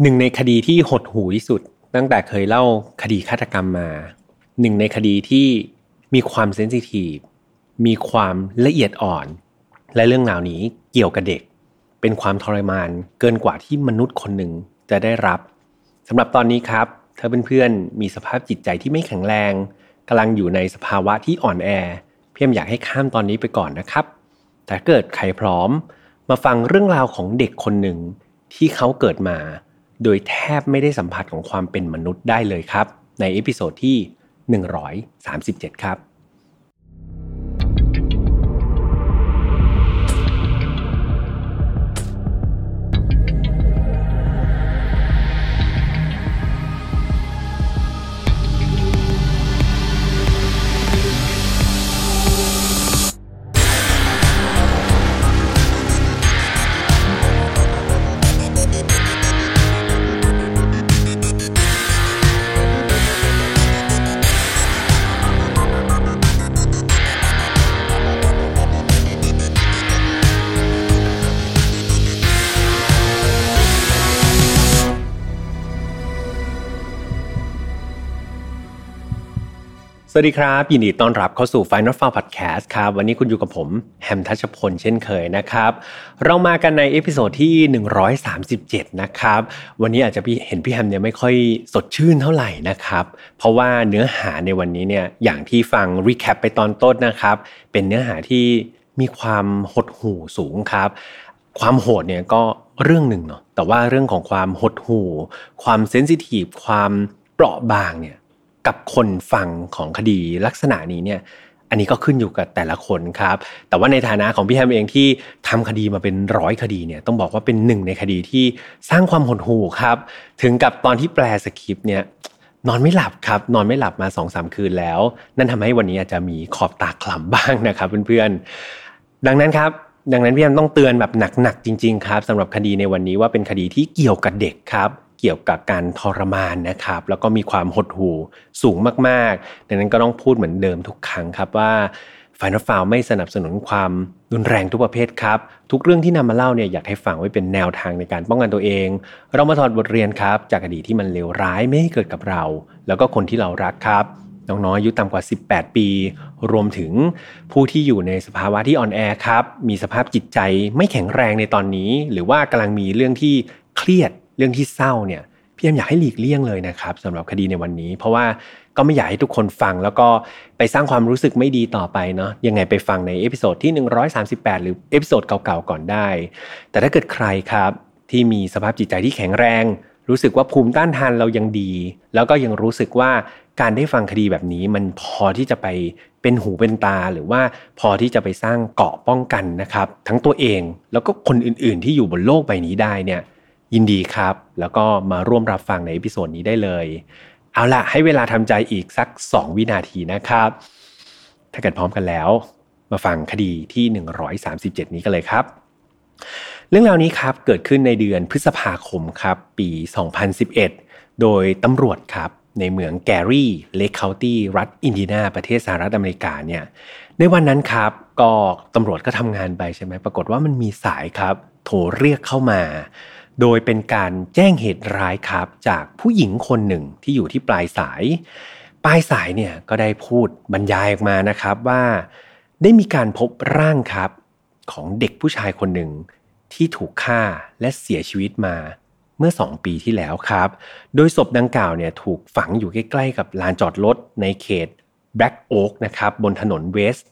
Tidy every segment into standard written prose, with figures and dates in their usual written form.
หนึ่งในคดีที่หดหู่ที่สุดตั้งแต่เคยเล่าคดีฆาตกรรมมาหนึ่งในคดีที่มีความเซนซิทีฟมีความละเอียดอ่อนและเรื่องราวนี้เกี่ยวกับเด็กเป็นความทรมานเกินกว่าที่มนุษย์คนหนึ่งจะได้รับสำหรับตอนนี้ครับถ้าเพื่อนๆมีสภาพจิตใจที่ไม่แข็งแรงกำลังอยู่ในสภาวะที่อ่อนแอเพียงอยากให้ข้ามตอนนี้ไปก่อนนะครับแต่เกิดใครพร้อมมาฟังเรื่องราวของเด็กคนหนึ่งที่เขาเกิดมาโดยแทบไม่ได้สัมผัสของความเป็นมนุษย์ได้เลยครับในเอพิโซดที่137ครับสวัสดีครับยินดีต้อนรับเข้าสู่ Final File Podcast ครับวันนี้คุณอยู่กับผมแฮมทัชพลเช่นเคยนะครับเรามากันในเอพิโซดที่137นะครับวันนี้อาจจะเห็นพี่แฮมเนี่ยไม่ค่อยสดชื่นเท่าไหร่นะครับเพราะว่าเนื้อหาในวันนี้เนี่ยอย่างที่ฟังรีแคปไปตอนต้นนะครับเป็นเนื้อหาที่มีความหดหู่สูงครับความโหดเนี่ยก็เรื่องหนึ่งเนาะแต่ว่าเรื่องของความหดหู่ความเซนซิทีฟความเปราะบางเนี่ยกับคนฟังของคดีลักษณะนี้เนี่ยอันนี้ก็ขึ้นอยู่กับแต่ละคนครับแต่ว่าในฐานะของพี่แฮมเองที่ทำคดีมาเป็น100คดีเนี่ยต้องบอกว่าเป็นหนึ่งในคดีที่สร้างความหดหู่ครับถึงกับตอนที่แปลสคริปต์เนี่ยนอนไม่หลับครับนอนไม่หลับมา 2-3 คืนแล้วนั่นทำให้วันนี้อาจจะมีขอบตาคล้ำบ้างนะครับเพื่อนๆดังนั้นพี่แฮมต้องเตือนแบบหนักๆจริงๆครับสำหรับคดีในวันนี้ว่าเป็นคดีที่เกี่ยวกับเด็กครับเกี่ยวกับการทรมานนะครับแล้วก็มีความหดหู่สูงมากๆดังนั้นก็ต้องพูดเหมือนเดิมทุกครั้งครับว่า Final File ไม่สนับสนุนความรุนแรงทุกประเภทครับทุกเรื่องที่นำมาเล่าเนี่ยอยากให้ฟังไว้เป็นแนวทางในการป้องกันตัวเองเรามาถอดบทเรียนครับจากคดีที่มันเลวร้ายไม่ให้เกิดกับเราแล้วก็คนที่เรารักครับน้องๆอายุต่ำกว่า18ปีรวมถึงผู้ที่อยู่ในสภาวะที่อ่อนแอครับมีสภาพจิตใจไม่แข็งแรงในตอนนี้หรือว่ากำลังมีเรื่องที่เครียดเรื่องที่เศร้าเนี่ยพี่แอมอยากให้หลีกเลี่ยงเลยนะครับสำหรับคดีในวันนี้เพราะว่าก็ไม่อยากให้ทุกคนฟังแล้วก็ไปสร้างความรู้สึกไม่ดีต่อไปเนาะยังไงไปฟังในเอพิโซดที่138หรือเอพิโซดเก่าๆก่อนได้แต่ถ้าเกิดใครครับที่มีสภาพจิตใจที่แข็งแรงรู้สึกว่าภูมิต้านทานเรายังดีแล้วก็ยังรู้สึกว่าการได้ฟังคดีแบบนี้มันพอที่จะไปเป็นหูเป็นตาหรือว่าพอที่จะไปสร้างเกราะป้องกันนะครับทั้งตัวเองแล้วก็คนอื่นๆที่อยู่บนโลกใบนี้ได้เนี่ยยินดีครับแล้วก็มาร่วมรับฟังในเอพิโซดนี้ได้เลยเอาล่ะให้เวลาทำใจอีกสัก2วินาทีนะครับถ้าเกิดพร้อมกันแล้วมาฟังคดีที่137นี้กันเลยครับเรื่องราวนี้ครับเกิดขึ้นในเดือนพฤษภาคมครับปี2011โดยตำรวจครับในเมืองแกรี่เลคเคานตี้รัฐอินเดียนาประเทศสหรัฐอเมริกาเนี่ยในวันนั้นครับก็ตำรวจก็ทำงานไปใช่ไหมปรากฏว่ามันมีสายครับโทรเรียกเข้ามาโดยเป็นการแจ้งเหตุร้ายครับจากผู้หญิงคนหนึ่งที่อยู่ที่ปลายสายเนี่ยก็ได้พูดบรรยายออกมานะครับว่าได้มีการพบร่างครับของเด็กผู้ชายคนหนึ่งที่ถูกฆ่าและเสียชีวิตมาเมื่อ2ปีที่แล้วครับโดยศพดังกล่าวเนี่ยถูกฝังอยู่ใกล้ๆกับลานจอดรถในเขต Black Oak นะครับบนถนน West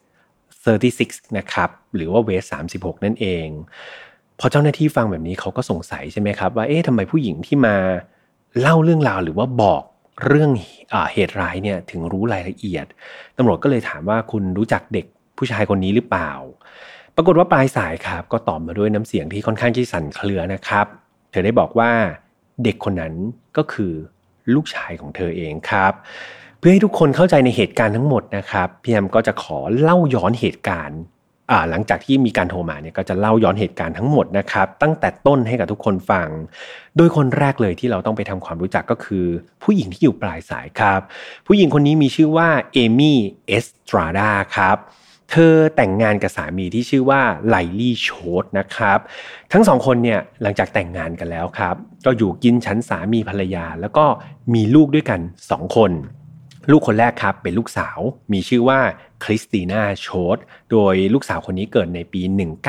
36นะครับหรือว่า West 36นั่นเองพอเจ้าหน้าที่ฟังแบบนี้เขาก็สงสัยใช่ไหมครับว่าทำไมผู้หญิงที่มาเล่าเรื่องราวหรือว่าบอกเรื่องเหตุร้ายเนี่ยถึงรู้รายละเอียดตำรวจก็เลยถามว่าคุณรู้จักเด็กผู้ชายคนนี้หรือเปล่าปรากฏว่าปลายสายครับก็ตอบมาด้วยน้ำเสียงที่ค่อนข้างที่สั่นเครือนะครับเธอได้บอกว่าเด็กคนนั้นก็คือลูกชายของเธอเองครับเพื่อให้ทุกคนเข้าใจในเหตุการณ์ทั้งหมดนะครับพี่แอมก็จะขอเล่าย้อนเหตุการณ์หลังจากที่มีการโทรมาเนี่ยก็จะเล่าย้อนเหตุการณ์ทั้งหมดนะครับตั้งแต่ต้นให้กับทุกคนฟังโดยคนแรกเลยที่เราต้องไปทำความรู้จักก็คือผู้หญิงที่อยู่ปลายสายครับผู้หญิงคนนี้มีชื่อว่าเอมี่เอสตราดาครับเธอแต่งงานกับสามีที่ชื่อว่าไลลี่โชตนะครับทั้งสองคนเนี่ยหลังจากแต่งงานกันแล้วครับก็อยู่กินฉันสามีภรรยาแล้วก็มีลูกด้วยกัน2คนลูกคนแรกครับเป็นลูกสาวมีชื่อว่าคริสติน่าโชตโดยลูกสาวคนนี้เกิดในปี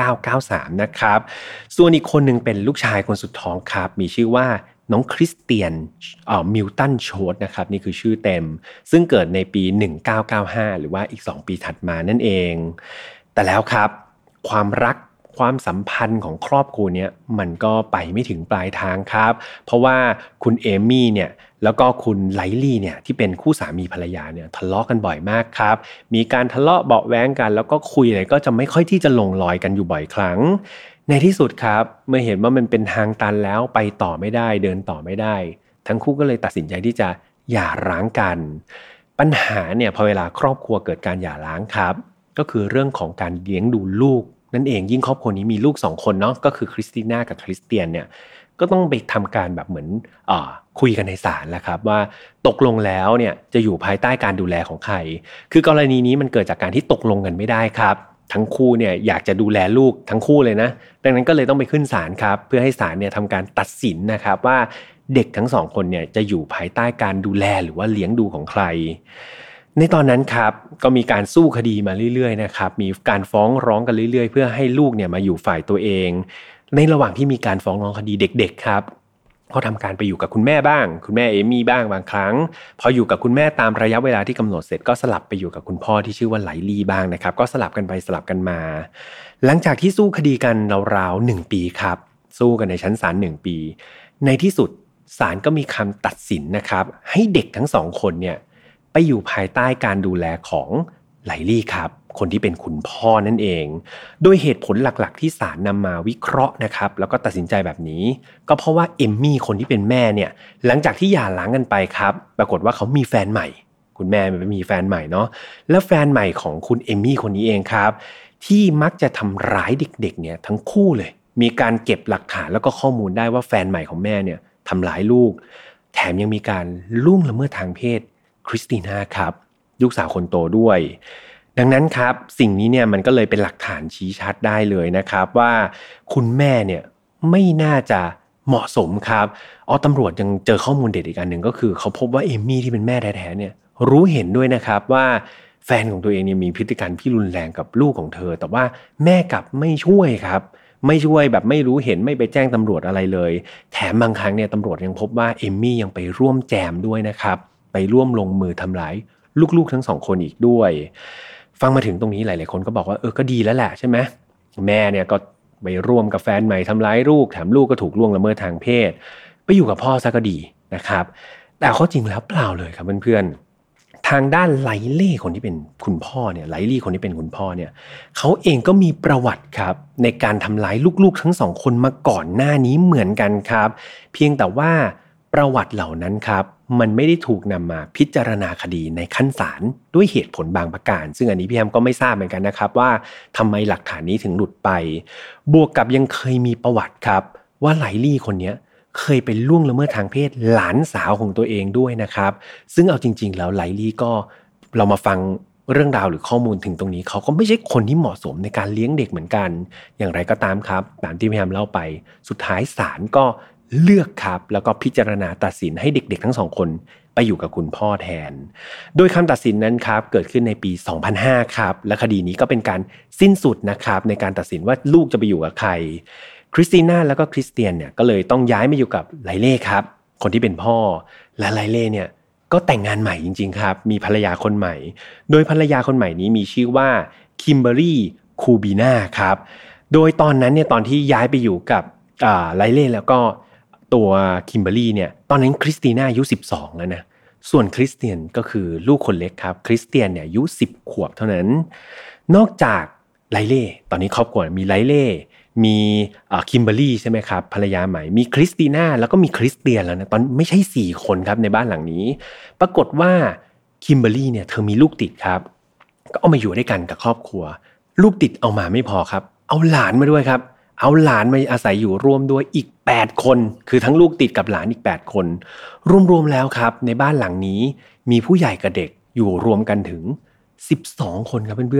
1993นะครับส่วนอีกคนหนึ่งเป็นลูกชายคนสุดท้องครับมีชื่อว่าน้องคริสเตียนมิลตันโชตนะครับนี่คือชื่อเต็มซึ่งเกิดในปี1995หรือว่าอีก2ปีถัดมานั่นเองแต่แล้วครับความรักความสัมพันธ์ของครอบครัวเนี้ยมันก็ไปไม่ถึงปลายทางครับเพราะว่าคุณเอมี่เนี่ยแล้วก็คุณไลลี่เนี่ยที่เป็นคู่สามีภรรยาเนี่ยทะเลาะกันบ่อยมากครับมีการทะเลาะเบาะแว้งกันแล้วก็คุยอะไรก็จะไม่ค่อยที่จะลงรอยกันอยู่บ่อยครั้งในที่สุดครับเมื่อเห็นว่ามันเป็นทางตันแล้วไปต่อไม่ได้เดินต่อไม่ได้ทั้งคู่ก็เลยตัดสินใจที่จะหย่าร้างกันปัญหาเนี่ยพอเวลาครอบครัวเกิดการหย่าร้างครับก็คือเรื่องของการเลี้ยงดูลูกนั่นเองยิ่งครอบครัวนี้มีลูก2คนเนาะก็คือคริสติน่ากับคริสเตียนเนี่ยก็ต้องไปทำการแบบเหมือนคุยกันในศาลแหละครับว่าตกลงแล้วเนี่ยจะอยู่ภายใต้การดูแลของใครคือกรณีนี้มันเกิดจากการที่ตกลงกันไม่ได้ครับทั้งคู่เนี่ยอยากจะดูแลลูกทั้งคู่เลยนะดังนั้นก็เลยต้องไปขึ้นศาลครับเพื่อให้ศาลเนี่ยทำการตัดสินนะครับว่าเด็กทั้ง2คนเนี่ยจะอยู่ภายใต้การดูแลหรือว่าเลี้ยงดูของใครในตอนนั้นครับก็มีการสู้คดีมาเรื่อยๆนะครับมีการฟ้องร้องกันเรื่อยๆเพื่อให้ลูกเนี่ยมาอยู่ฝ่ายตัวเองในระหว่างที่มีการฟ้องร้องคดีเด็กๆครับก็ทำการไปอยู่กับคุณแม่บ้างคุณแม่เอมี่บ้างบางครั้งพออยู่กับคุณแม่ตามระยะเวลาที่กำหนดเสร็จก็สลับไปอยู่กับคุณพ่อที่ชื่อว่าไลลี่บ้างนะครับก็สลับกันไปสลับกันมาหลังจากที่สู้คดีกันราวๆ1 ปีครับสู้กันในชั้นศาล1 ปีในที่สุดศาลก็มีคำตัดสินนะครับให้เด็กทั้ง2คนเนี่ยไปอยู่ภายใต้การดูแลของไลลี่ครับคนที่เป็นคุณพ่อนั่นเองโดยเหตุผลหลักๆที่ศาลนำมาวิเคราะห์นะครับแล้วก็ตัดสินใจแบบนี้ก็เพราะว่าเอมมี่คนที่เป็นแม่เนี่ยหลังจากที่หย่าร้างกันไปครับปรากฏว่าเขามีแฟนใหม่คุณแม่มันมีแฟนใหม่เนาะแล้วแฟนใหม่ของคุณเอมมี่คนนี้เองครับที่มักจะทำร้ายเด็กๆเนี่ยทั้งคู่เลยมีการเก็บหลักฐานแล้วก็ข้อมูลได้ว่าแฟนใหม่ของแม่เนี่ยทำร้ายลูกแถมยังมีการล่วงละเมิดทางเพศคริสติน่าครับลูกสาวคนโตด้วยดังนั้นครับสิ่งนี้เนี่ยมันก็เลยเป็นหลักฐานชี้ชัดได้เลยนะครับว่าคุณแม่เนี่ยไม่น่าจะเหมาะสมครับตำรวจยังเจอข้อมูลเด็ดอีกอันหนึ่งก็คือเขาพบว่าเอมมี่ที่เป็นแม่แท้ๆเนี่ยรู้เห็นด้วยนะครับว่าแฟนของตัวเองเนี่ยมีพฤติกรรมที่รุนแรงกับลูกของเธอแต่ว่าแม่กลับไม่ช่วยครับไม่ช่วยแบบไม่รู้เห็นไม่ไปแจ้งตำรวจอะไรเลยแถมบางครั้งเนี่ยตำรวจยังพบว่าเอมมี่ยังไปร่วมแจมด้วยนะครับไปร่วมลงมือทำร้ายลูกๆทั้ง2คนอีกด้วยฟังมาถึงตรงนี้หลายๆคนก็บอกว่าก็ดีแล้วแหละใช่ไหมแม่เนี่ยก็ไปร่วมกับแฟนใหม่ทำร้ายลูกแถมลูกก็ถูกล่วงละเมิดทางเพศไปอยู่กับพ่อซะก็ดีนะครับแต่ข้อจริงแล้วเปล่าเลยครับเพื่อนๆทางด้านไลลี่คนที่เป็นคุณพ่อเนี่ยไลลี่คนที่เป็นคุณพ่อเนี่ยเขาเองก็มีประวัติครับในการทำร้ายลูกๆทั้ง2คนมาก่อนหน้านี้เหมือนกันครับเพียงแต่ว่าประวัติเหล่านั้นครับมันไม่ได้ถูกนำมาพิจารณาคดีในขั้นศาลด้วยเหตุผลบางประการซึ่งอันนี้พี่แฮมก็ไม่ทราบเหมือนกันนะครับว่าทำไมหลักฐานนี้ถึงหลุดไปบวกกับยังเคยมีประวัติครับว่าไลลี่คนนี้เคยเป็นล่วงละเมิดทางเพศหลานสาวของตัวเองด้วยนะครับซึ่งเอาจริงๆแล้วไลลี่ก็เรามาฟังเรื่องราวหรือข้อมูลถึงตรงนี้เขาก็ไม่ใช่คนที่เหมาะสมในการเลี้ยงเด็กเหมือนกันอย่างไรก็ตามครับตามที่พี่แฮมเล่าไปสุดท้ายศาลก็เลือกครับแล้วก็พิจารณาตัดสินให้เด็กๆทั้ง2คนไปอยู่กับคุณพ่อแทนโดยคำตัดสินนั้นครับเกิดขึ้นในปี 2005 ครับและคดีนี้ก็เป็นการสิ้นสุดนะครับในการตัดสินว่าลูกจะไปอยู่กับใครคริสติน่าแล้วก็คริสเตียนเนี่ยก็เลยต้องย้ายมาอยู่กับไลเล่ครับคนที่เป็นพ่อและไลเล่เนี่ยก็แต่งงานใหม่จริงๆครับมีภรรยาคนใหม่โดยภรรยาคนใหม่นี้มีชื่อว่าคิมเบอรี่คูบีน่าครับโดยตอนนั้นเนี่ยตอนที่ย้ายไปอยู่กับไลเล่แล้วก็ตัวคิมเบอรี่เนี่ยตอนนั้นคริสติน่าอายุ12แล้วนะส่วนคริสเตียนก็คือลูกคนเล็กครับคริสเตียนเนี่ยอายุ10 ขวบเท่านั้นนอกจากไลเล่ตอนนี้ครอบครัวมีไลเล่มีคิมเบอรี่ใช่ไหมครับภรรยาใหม่มีคริสติน่าแล้วก็มีคริสเตียนแล้วนะตอนไม่ใช่4 คนครับในบ้านหลังนี้ปรากฏว่าคิมเบอรี่เนี่ยเธอมีลูกติดครับก็เอามาอยู่ด้วยกันกับครอบครัวลูกติดเอามาไม่พอครับเอาหลานมาด้วยครับเอาหลานมาอาศัยอยู่ร่วมด้วยอีก8 คนคือทั้งลูกติดกับหลานอีก8 คนรวมๆแล้วครับในบ้านหลังนี้มีผู้ใหญ่กับเด็กอยู่รวมกันถึง12 คนครับเพื่อน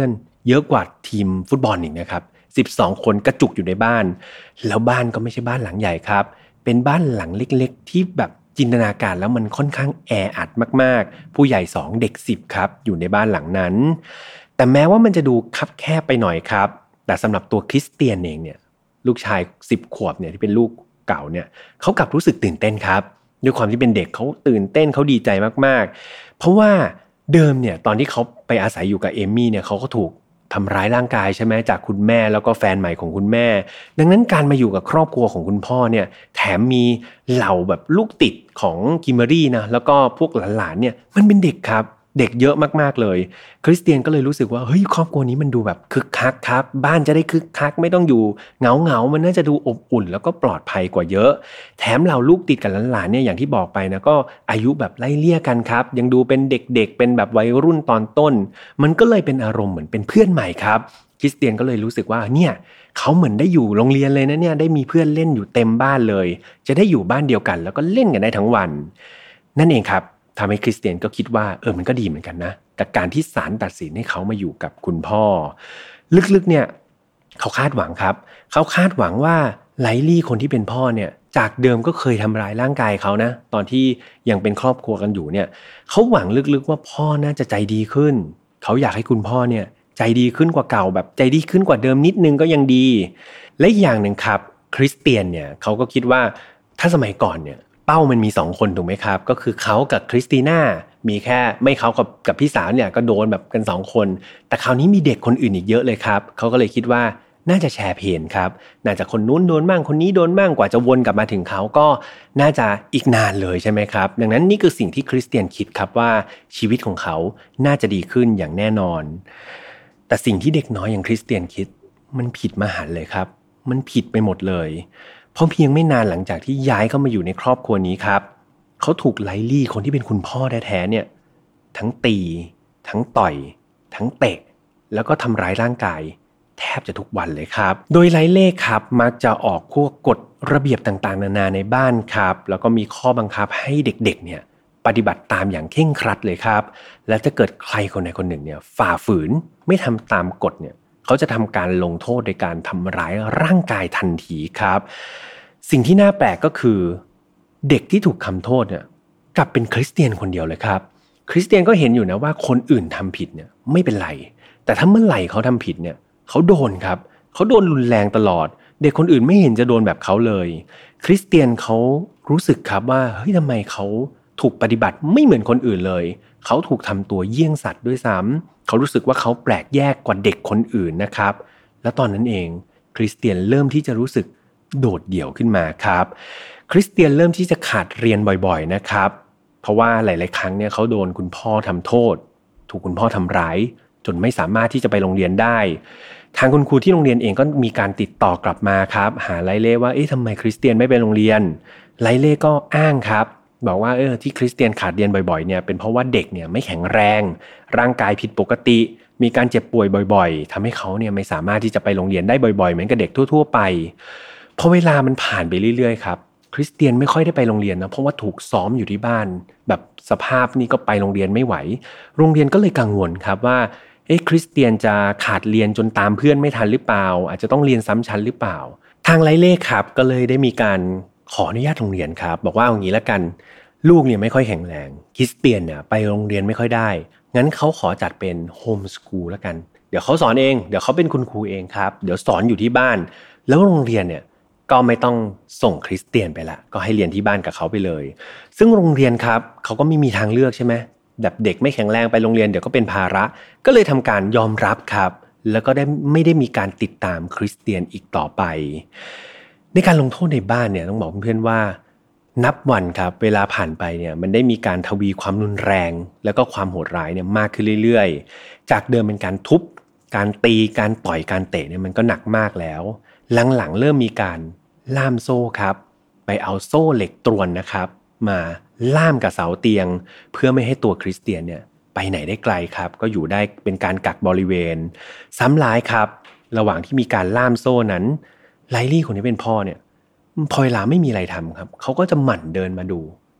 เยอะกว่าทีมฟุตบอลอีกนะครับ12คนกระจุกอยู่ในบ้านแล้วบ้านก็ไม่ใช่บ้านหลังใหญ่ครับเป็นบ้านหลังเล็กๆที่แบบจินตนาการแล้วมันค่อนข้างแออัดมากๆผู้ใหญ่2เด็ก10ครับอยู่ในบ้านหลังนั้นแต่แม้ว่ามันจะดูคับแคบไปหน่อยครับแต่สำหรับตัวคริสเตียนเองเนี่ยลูกชาย10ขวบเนี่ยที่เป็นลูกเก่าเนี่ยเขากลับรู้สึกตื่นเต้นครับด้วยความที่เป็นเด็กเขาตื่นเต้นเขาดีใจมากๆเพราะว่าเดิมเนี่ยตอนที่เขาไปอาศัยอยู่กับเอมมี่เนี่ยเขาก็ถูกทำร้ายร่างกายใช่ไหมจากคุณแม่แล้วก็แฟนใหม่ของคุณแม่ดังนั้นการมาอยู่กับครอบครัวของคุณพ่อเนี่ยแถมมีเหล่าแบบลูกติดของกิมเบอรี่นะแล้วก็พวกหลานๆเนี่ยมันเป็นเด็กครับเด็กเยอะมากๆเลยคริสเตียนก็เลยรู้สึกว่าเฮ้ยครอบครัวนี้มันดูแบบคึกคักครับบ้านจะได้คึกคักไม่ต้องอยู่เหงามันน่าจะดูอบอุ่นแล้วก็ปลอดภัยกว่าเยอะแถมเหล่าลูกติดกับหลานๆเนี่ยอย่างที่บอกไปนะก็อายุแบบไล่เลี่ยกันครับยังดูเป็นเด็กๆเป็นแบบวัยรุ่นตอนต้นมันก็เลยเป็นอารมณ์เหมือนเป็นเพื่อนใหม่ครับคริสเตียนก็เลยรู้สึกว่าเนี่ยเขาเหมือนได้อยู่โรงเรียนเลยนะเนี่ยได้มีเพื่อนเล่นอยู่เต็มบ้านเลยจะได้อยู่บ้านเดียวกันแล้วก็เล่นกันได้ทั้งวันนั่นเองครับทำให้คริสเตียนก็คิดว่ามันก็ดีเหมือนกันนะกับการที่ศาลตัดสินให้เขามาอยู่กับคุณพ่อลึกๆเนี่ยเขาคาดหวังครับเขาคาดหวังว่าไลลี่คนที่เป็นพ่อเนี่ยจากเดิมก็เคยทำร้ายร่างกายเขานะตอนที่ยังเป็นครอบครัวกันอยู่เนี่ยเขาหวังลึกๆว่าพ่อน่าจะใจดีขึ้นเขาอยากให้คุณพ่อเนี่ยใจดีขึ้นกว่าเก่าแบบใจดีขึ้นกว่าเดิมนิดนึงก็ยังดีและอีกอย่างหนึ่งครับคริสเตียนเนี่ยเขาก็คิดว่าถ้าสมัยก่อนเนี่ยเป้ามันมี2คนถูกไหมครับก็คือเขากับคริสติน่ามีแค่ไม่เขากับพี่สาวเนี่ยก็โดนแบบกัน2คนแต่คราวนี้มีเด็กคนอื่นอีกเยอะเลยครับเขาก็เลยคิดว่าน่าจะแชร์เพนครับน่าจะคนนู้นโดนบ้างคนนี้โดนบ้างกว่าจะวนกลับมาถึงเขาก็น่าจะอีกนานเลยใช่ไหมครับดังนั้นนี่คือสิ่งที่คริสเตียนคิดครับว่าชีวิตของเขาน่าจะดีขึ้นอย่างแน่นอนแต่สิ่งที่เด็กน้อยอย่างคริสเตียนคิดมันผิดมหันต์เลยครับมันผิดไปหมดเลยเพราะเพียงไม่นานหลังจากที่ย้ายเข้ามาอยู่ในครอบครัวนี้ครับเขาถูกไลลี่คนที่เป็นคุณพ่อแท้ๆเนี่ยทั้งตีทั้งต่อยทั้งเตะแล้วก็ทำร้ายร่างกายแทบจะทุกวันเลยครับโดยไลเล่ครับมักจะออกพวกกฎระเบียบต่างๆนานาในบ้านครับแล้วก็มีข้อบังคับให้เด็กๆเนี่ยปฏิบัติตามอย่างเคร่งครัดเลยครับและถ้าเกิดใครคนใดคนหนึ่งเนี่ยฝ่าฝืนไม่ทำตามกฎเนี่ยเขาจะทำการลงโทษโดยการทำร้ายร่างกายทันทีครับสิ่งที่น่าแปลกก็คือเด็กที่ถูกทำโทษเนี่ยกลับเป็นคริสเตียนคนเดียวเลยครับคริสเตียนก็เห็นอยู่นะว่าคนอื่นทำผิดเนี่ยไม่เป็นไรแต่ถ้าเมื่อไหร่เขาทำผิดเนี่ยเขาโดนครับเขาโดนรุนแรงตลอดเด็กคนอื่นไม่เห็นจะโดนแบบเขาเลยคริสเตียนเขารู้สึกครับว่าเฮ้ยทำไมเขาถูกปฏิบัติไม่เหมือนคนอื่นเลยเขาถูกทำตัวเยี่ยงสัตว์ด้วยซ้ำเขารู้สึกว่าเขาแปลกแยกกว่าเด็กคนอื่นนะครับและตอนนั้นเองคริสเตียนเริ่มที่จะรู้สึกโดดเดี่ยวขึ้นมาครับคริสเตียนเริ่มที่จะขาดเรียนบ่อยๆนะครับเพราะว่าหลายๆครั้งเนี่ยเขาโดนคุณพ่อทำโทษถูกคุณพ่อทำร้ายจนไม่สามารถที่จะไปโรงเรียนได้ทางคุณครูที่โรงเรียนเองก็มีการติดต่อกลับมาครับหาไลเล่ว่าทำไมคริสเตียนไม่ไปโรงเรียนไลเล่ก็อ้างครับบอกว่าที่คริสเตียนขาดเรียนบ่อยๆเนี่ยเป็นเพราะว่าเด็กเนี่ยไม่แข็งแรงร่างกายผิดปกติมีการเจ็บป่วยบ่อยๆทำให้เขาเนี่ยไม่สามารถที่จะไปโรงเรียนได้บ่อยๆเหมือนกับเด็กทั่วๆไปพอเวลามันผ่านไปเรื่อยๆครับคริสเตียนไม่ค่อยได้ไปโรงเรียนนะเพราะว่าถูกซ้อมอยู่ที่บ้านแบบสภาพนี่ก็ไปโรงเรียนไม่ไหวโรงเรียนก็เลยกังวลครับว่าคริสเตียนจะขาดเรียนจนตามเพื่อนไม่ทันหรือเปล่าอาจจะต้องเรียนซ้ำชั้นหรือเปล่าทางไลเล่ครับก็เลยได้มีการขออนุญาตโรงเรียนครับบอกว่าเอางี้ละกันลูกเนี่ยไม่ค่อยแข็งแรงคริสเตียนเนี่ยไปโรงเรียนไม่ค่อยได้งั้นเขาขอจัดเป็นโฮมสคูลละกันเดี๋ยวเขาสอนเองเดี๋ยวเขาเป็นคุณครูเองครับเดี๋ยวสอนอยู่ที่บ้านแล้วโรงเรียนเนี่ยก็ไม่ต้องส่งคริสเตียนไปละก็ให้เรียนที่บ้านกับเขาไปเลยซึ่งโรงเรียนครับเขาก็ไม่มีทางเลือกใช่ไหมแบบเด็กไม่แข็งแรงไปโรงเรียนเดี๋ยวก็เป็นภาระก็เลยทำการยอมรับครับแล้วก็ไม่ได้มีการติดตามคริสเตียนอีกต่อไปในการลงโทษในบ้านเนี่ยต้องบอกเพื่อนๆว่านับวันครับเวลาผ่านไปเนี่ยมันได้มีการทวีความรุนแรงแล้วก็ความโหดร้ายเนี่ยมากขึ้นเรื่อยๆจากเดิมเป็นการทุบการตีการต่อยการเตะเนี่ยมันก็หนักมากแล้วหลังๆเริ่มมีการล่ามโซ่ครับไปเอาโซ่เหล็กตรวนนะครับมาล่ามกับเสาเตียงเพื่อไม่ให้ตัวคริสเตียนเนี่ยไปไหนได้ไกลครับก็อยู่ได้เป็นการกักบริเวณซ้ำร้ายครับระหว่างที่มีการล่ามโซ่นั้นไลลี่คนที่เป็นพ่อเนี่ยพอเวลาไม่มีอะไรทำครับเขาก็จะหมั่นเดินมาดู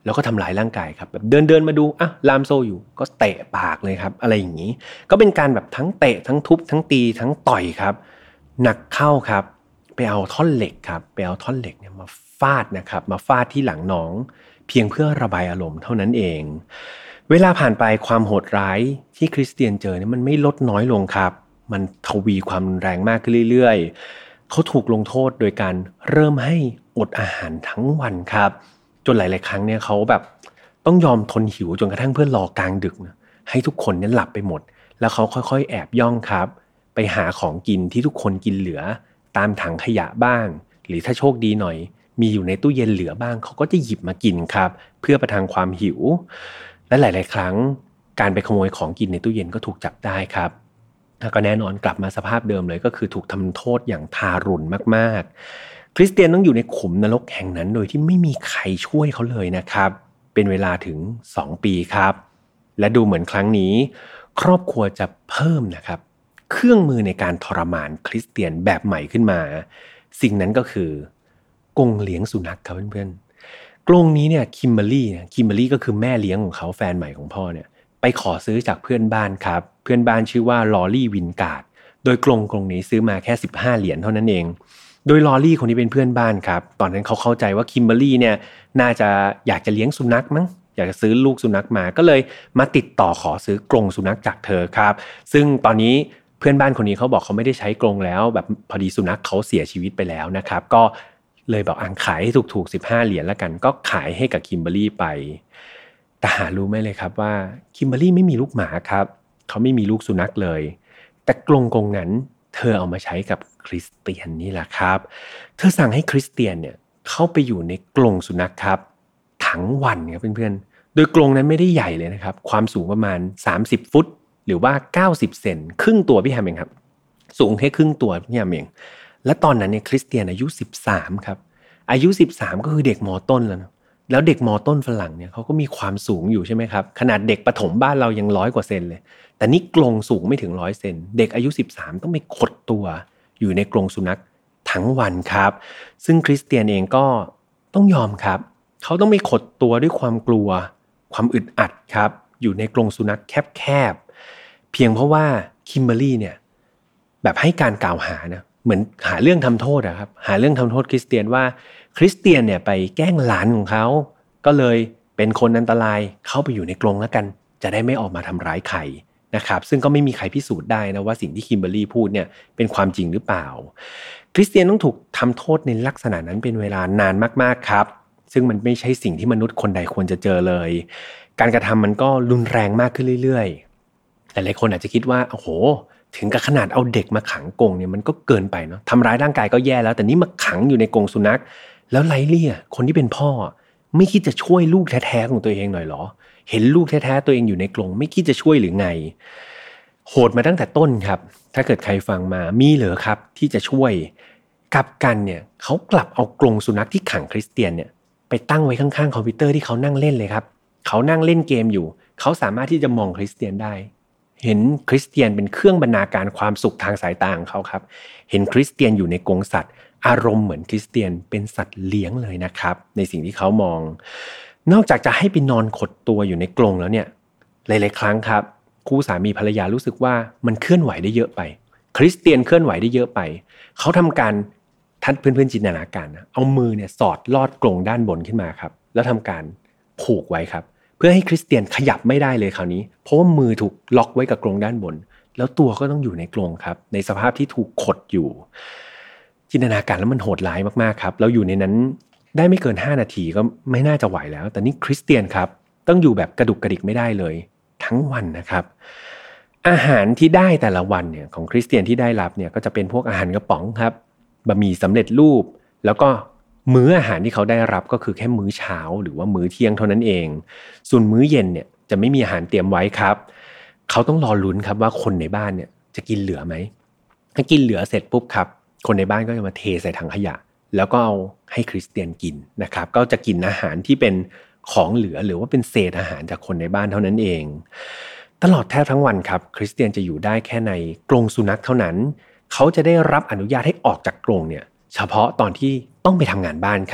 แล้วก็ทำร้ายร่างกายครับแบบเดินมาดูลามโซ่อยู่ก็เตะปากเลยครับอะไรอย่างนี้ก็เป็นการแบบทั้งเตะทั้งทุบทั้งตีทั้งต่อยครับหนักเข้าครับไปเอาท่อนเหล็กครับไปเอาท่อนเหล็กเนี่ยมาฟาดนะครับมาฟาดที่หลังน้องเพียงเพื่อระบายอารมณ์เท่านั้นเองเวลาผ่านไปความโหดร้ายที่คริสเตียนเจอเนี่ยมันไม่ลดน้อยลงครับมันทวีความรุนแรงมากขึ้นเรื่อยๆเขาถูกลงโทษโดยการเริ่มให้อดอาหารทั้งวันครับจนหลายๆครั้งเนี่ยเขาแบบต้องยอมทนหิวจนกระทั่งเพื่อนรอกลางดึกนะให้ทุกคนเนี่ยหลับไปหมดแล้วเขาค่อยๆแอบย่องครับไปหาของกินที่ทุกคนกินเหลือตามถังขยะบ้างหรือถ้าโชคดีหน่อยมีอยู่ในตู้เย็นเหลือบ้างเขาก็จะหยิบมากินครับเพื่อประทังความหิวและหลายๆครั้งการไปขโมยของกินในตู้เย็นก็ถูกจับได้ครับแล้วก็แน่นอนกลับมาสภาพเดิมเลยก็คือถูกทำโทษอย่างทารุณมากๆคริสเตียนต้องอยู่ในขุมนรกแห่งนั้นโดยที่ไม่มีใครช่วยเขาเลยนะครับเป็นเวลาถึง2 ปีครับและดูเหมือนครั้งนี้ครอบครัวจะเพิ่มนะครับเครื่องมือในการทรมานคริสเตียนแบบใหม่ขึ้นมาสิ่งนั้นก็คือกรงเลี้ยงสุนัขครับเพื่อนๆกรงนี้เนี่ยคิมเบอรรี่ก็คือแม่เลี้ยงของเขาแฟนใหม่ของพ่อเนี่ยไปขอซื้อจากเพื่อนบ้านครับเพื่อนบ้านชื่อว่าลอรี่วินการ์ดโดยกรงนี้ซื้อมาแค่15 เหรียญเท่านั้นเองโดยลอรี่คนนี้เป็นเพื่อนบ้านครับตอนนั้นเขาเข้าใจว่าคิมเบอรรี่เนี่ยน่าจะอยากจะเลี้ยงสุนัขมั้งอยากจะซื้อลูกสุนัขมาก็เลยมาติดต่อขอซื้อกรงสุนัขจากเธอครับซึ่งตอนนี้เพื่อนบ้านคนนี้เขาบอกเขาไม่ได้ใช้กรงแล้วแบบพอดีสุนัขเขาเสียชีวิตไปแล้วนะครับก็เลยบอกขายให้ถูก15 เหรียญแล้วกันก็ขายให้กับคิมเบอรรี่ไปแต่หารู้ไหมเลยครับว่าคิมเบอรรี่ไม่มีลูกหมาครับเขาไม่มีลูกสุนัขเลยแต่กรงนั้นเธอเอามาใช้กับคริสเตียนนี่แหละครับเธอสั่งให้คริสเตียนเนี่ยเข้าไปอยู่ในกรงสุนัขครับทั้งวันครับเพื่อนๆโดยกรงนั้นไม่ได้ใหญ่เลยนะครับความสูงประมาณ30 ฟุตหรือว่า90 เซนครึ่งตัวพี่แฮมเองครับสูงแค่ครึ่งตัวพี่แฮมเองและตอนนั้นเนี่ยคริสเตียนอายุ13ครับอายุ13ก็คือเด็กม.ต้นแล้วนะแล้วเด็กม.ต้นฝรั่งเนี่ยเขาก็มีความสูงอยู่ใช่ไหมครับขนาดเด็กประถมบ้านเรายัง100 กว่าเซนเลยแต่นี่กรงสูงไม่ถึง100 เซนเด็กอายุ13ต้องไปขดตัวอยู่ในกรงสุนัขทั้งวันครับซึ่งคริสเตียนเองก็ต้องยอมครับเขาต้องไปขดตัวด้วยความกลัวความอึดอัดครับอยู่ในกรงสุนัขแคบๆเพียงเพราะว่าคิมเบอรรี่เนี่ยแบบให้การกล่าวหานะเหมือนหาเรื่องทำโทษอะครับหาเรื่องทำโทษคริสเตียนว่าคริสเตียนเนี่ยไปแกล้งหลานของเขาก็เลยเป็นคนอันตรายเข้าไปอยู่ในกรงแล้วกันจะได้ไม่ออกมาทำร้ายใครนะครับซึ่งก็ไม่มีใครพิสูจน์ได้นะว่าสิ่งที่คิมเบอรรี่พูดเนี่ยเป็นความจริงหรือเปล่าคริสเตียนต้องถูกทำโทษในลักษณะนั้นเป็นเวลานานมากๆครับซึ่งมันไม่ใช่สิ่งที่มนุษย์คนใดควรจะเจอเลยการกระทำมันก็รุนแรงมากขึ้นเรื่อยๆหลายๆคนอาจจะคิดว่าโอ้โหถึงกับขนาดเอาเด็กมาขังกรงเนี่ยมันก็เกินไปเนาะทำร้ายร่างกายก็แย่แล้วแต่นี่มาขังอยู่ในกรงสุนัขแล้วไลลี่คนที่เป็นพ่อไม่คิดจะช่วยลูกแท้ๆของตัวเองหน่อยหรอเห็นลูกแท้ๆตัวเองอยู่ในกรงไม่คิดจะช่วยหรือไงโหดมาตั้งแต่ต้นครับถ้าเกิดใครฟังมามีเหรอครับที่จะช่วยกลับกันเนี่ยเขากลับเอากรงสุนัขที่ขังคริสเตียนเนี่ยไปตั้งไว้ข้างๆคอมพิวเตอร์ที่เขานั่งเล่นเลยครับเขานั่งเล่นเกมอยู่เขาสามารถที่จะมองคริสเตียนได้เห็นคริสเตียนเป็นเครื่องบรรณาการความสุขทางสายตาของเขาครับเห็นคริสเตียนอยู่ในกรงสัตว์อารมณ์เหมือนคริสเตียนเป็นสัตว์เลี้ยงเลยนะครับในสิ่งที่เขามองนอกจากจะให้ไปนอนขดตัวอยู่ในกรงแล้วเนี่ยหลายๆครั้งครับคู่สามีภรรยารู้สึกว่ามันเคลื่อนไหวได้เยอะไปคริสเตียนเคลื่อนไหวได้เยอะไปเขาทำการท่านเพื่อนๆจินตนาการนะเอามือเนี่ยสอดลอดกรงด้านบนขึ้นมาครับแล้วทำการผูกไว้ครับเพื่อให้คริสเตียนขยับไม่ได้เลยคราวนี้เพราะว่ามือถูกล็อกไว้กับกรงด้านบนแล้วตัวก็ต้องอยู่ในกรงครับในสภาพที่ถูกขดอยู่จินตนาการแล้วมันโหดร้ายมากๆครับแล้วอยู่ในนั้นได้ไม่เกิน5 นาทีก็ไม่น่าจะไหวแล้วแต่นี่คริสเตียนครับต้องอยู่แบบกระดุกกระดิกไม่ได้เลยทั้งวันนะครับอาหารที่ได้แต่ละวันเนี่ยของคริสเตียนที่ได้รับเนี่ยก็จะเป็นพวกอาหารกระป๋องครับบะหมี่สำเร็จรูปแล้วก็มื้ออาหารที่เขาได้รับก็คือแค่มื้อเช้าหรือว่ามื้อเที่ยงเท่านั้นเองส่วนมื้อเย็นเนี่ยจะไม่มีอาหารเตรียมไว้ครับเขาต้องรอลุ้นครับว่าคนในบ้านเนี่ยจะกินเหลือไหมถ้ากินเหลือเสร็จปุ๊บครับคนในบ้านก็จะมาเทใส่ถังขยะแล้วก็เอาให้คริสเตียนกินนะครับก็จะกินอาหารที่เป็นของเหลือหรือว่าเป็นเศษอาหารจากคนในบ้านเท่านั้นเองตลอดแทบทั้งวันครับคริสเตียนจะอยู่ได้แค่ในกรงสุนัขเท่านั้นเขาจะได้รับอนุญาตให้ออกจากกรงเนี่ยเฉพาะตอนที่ต้องไปทำงานบ้านครับ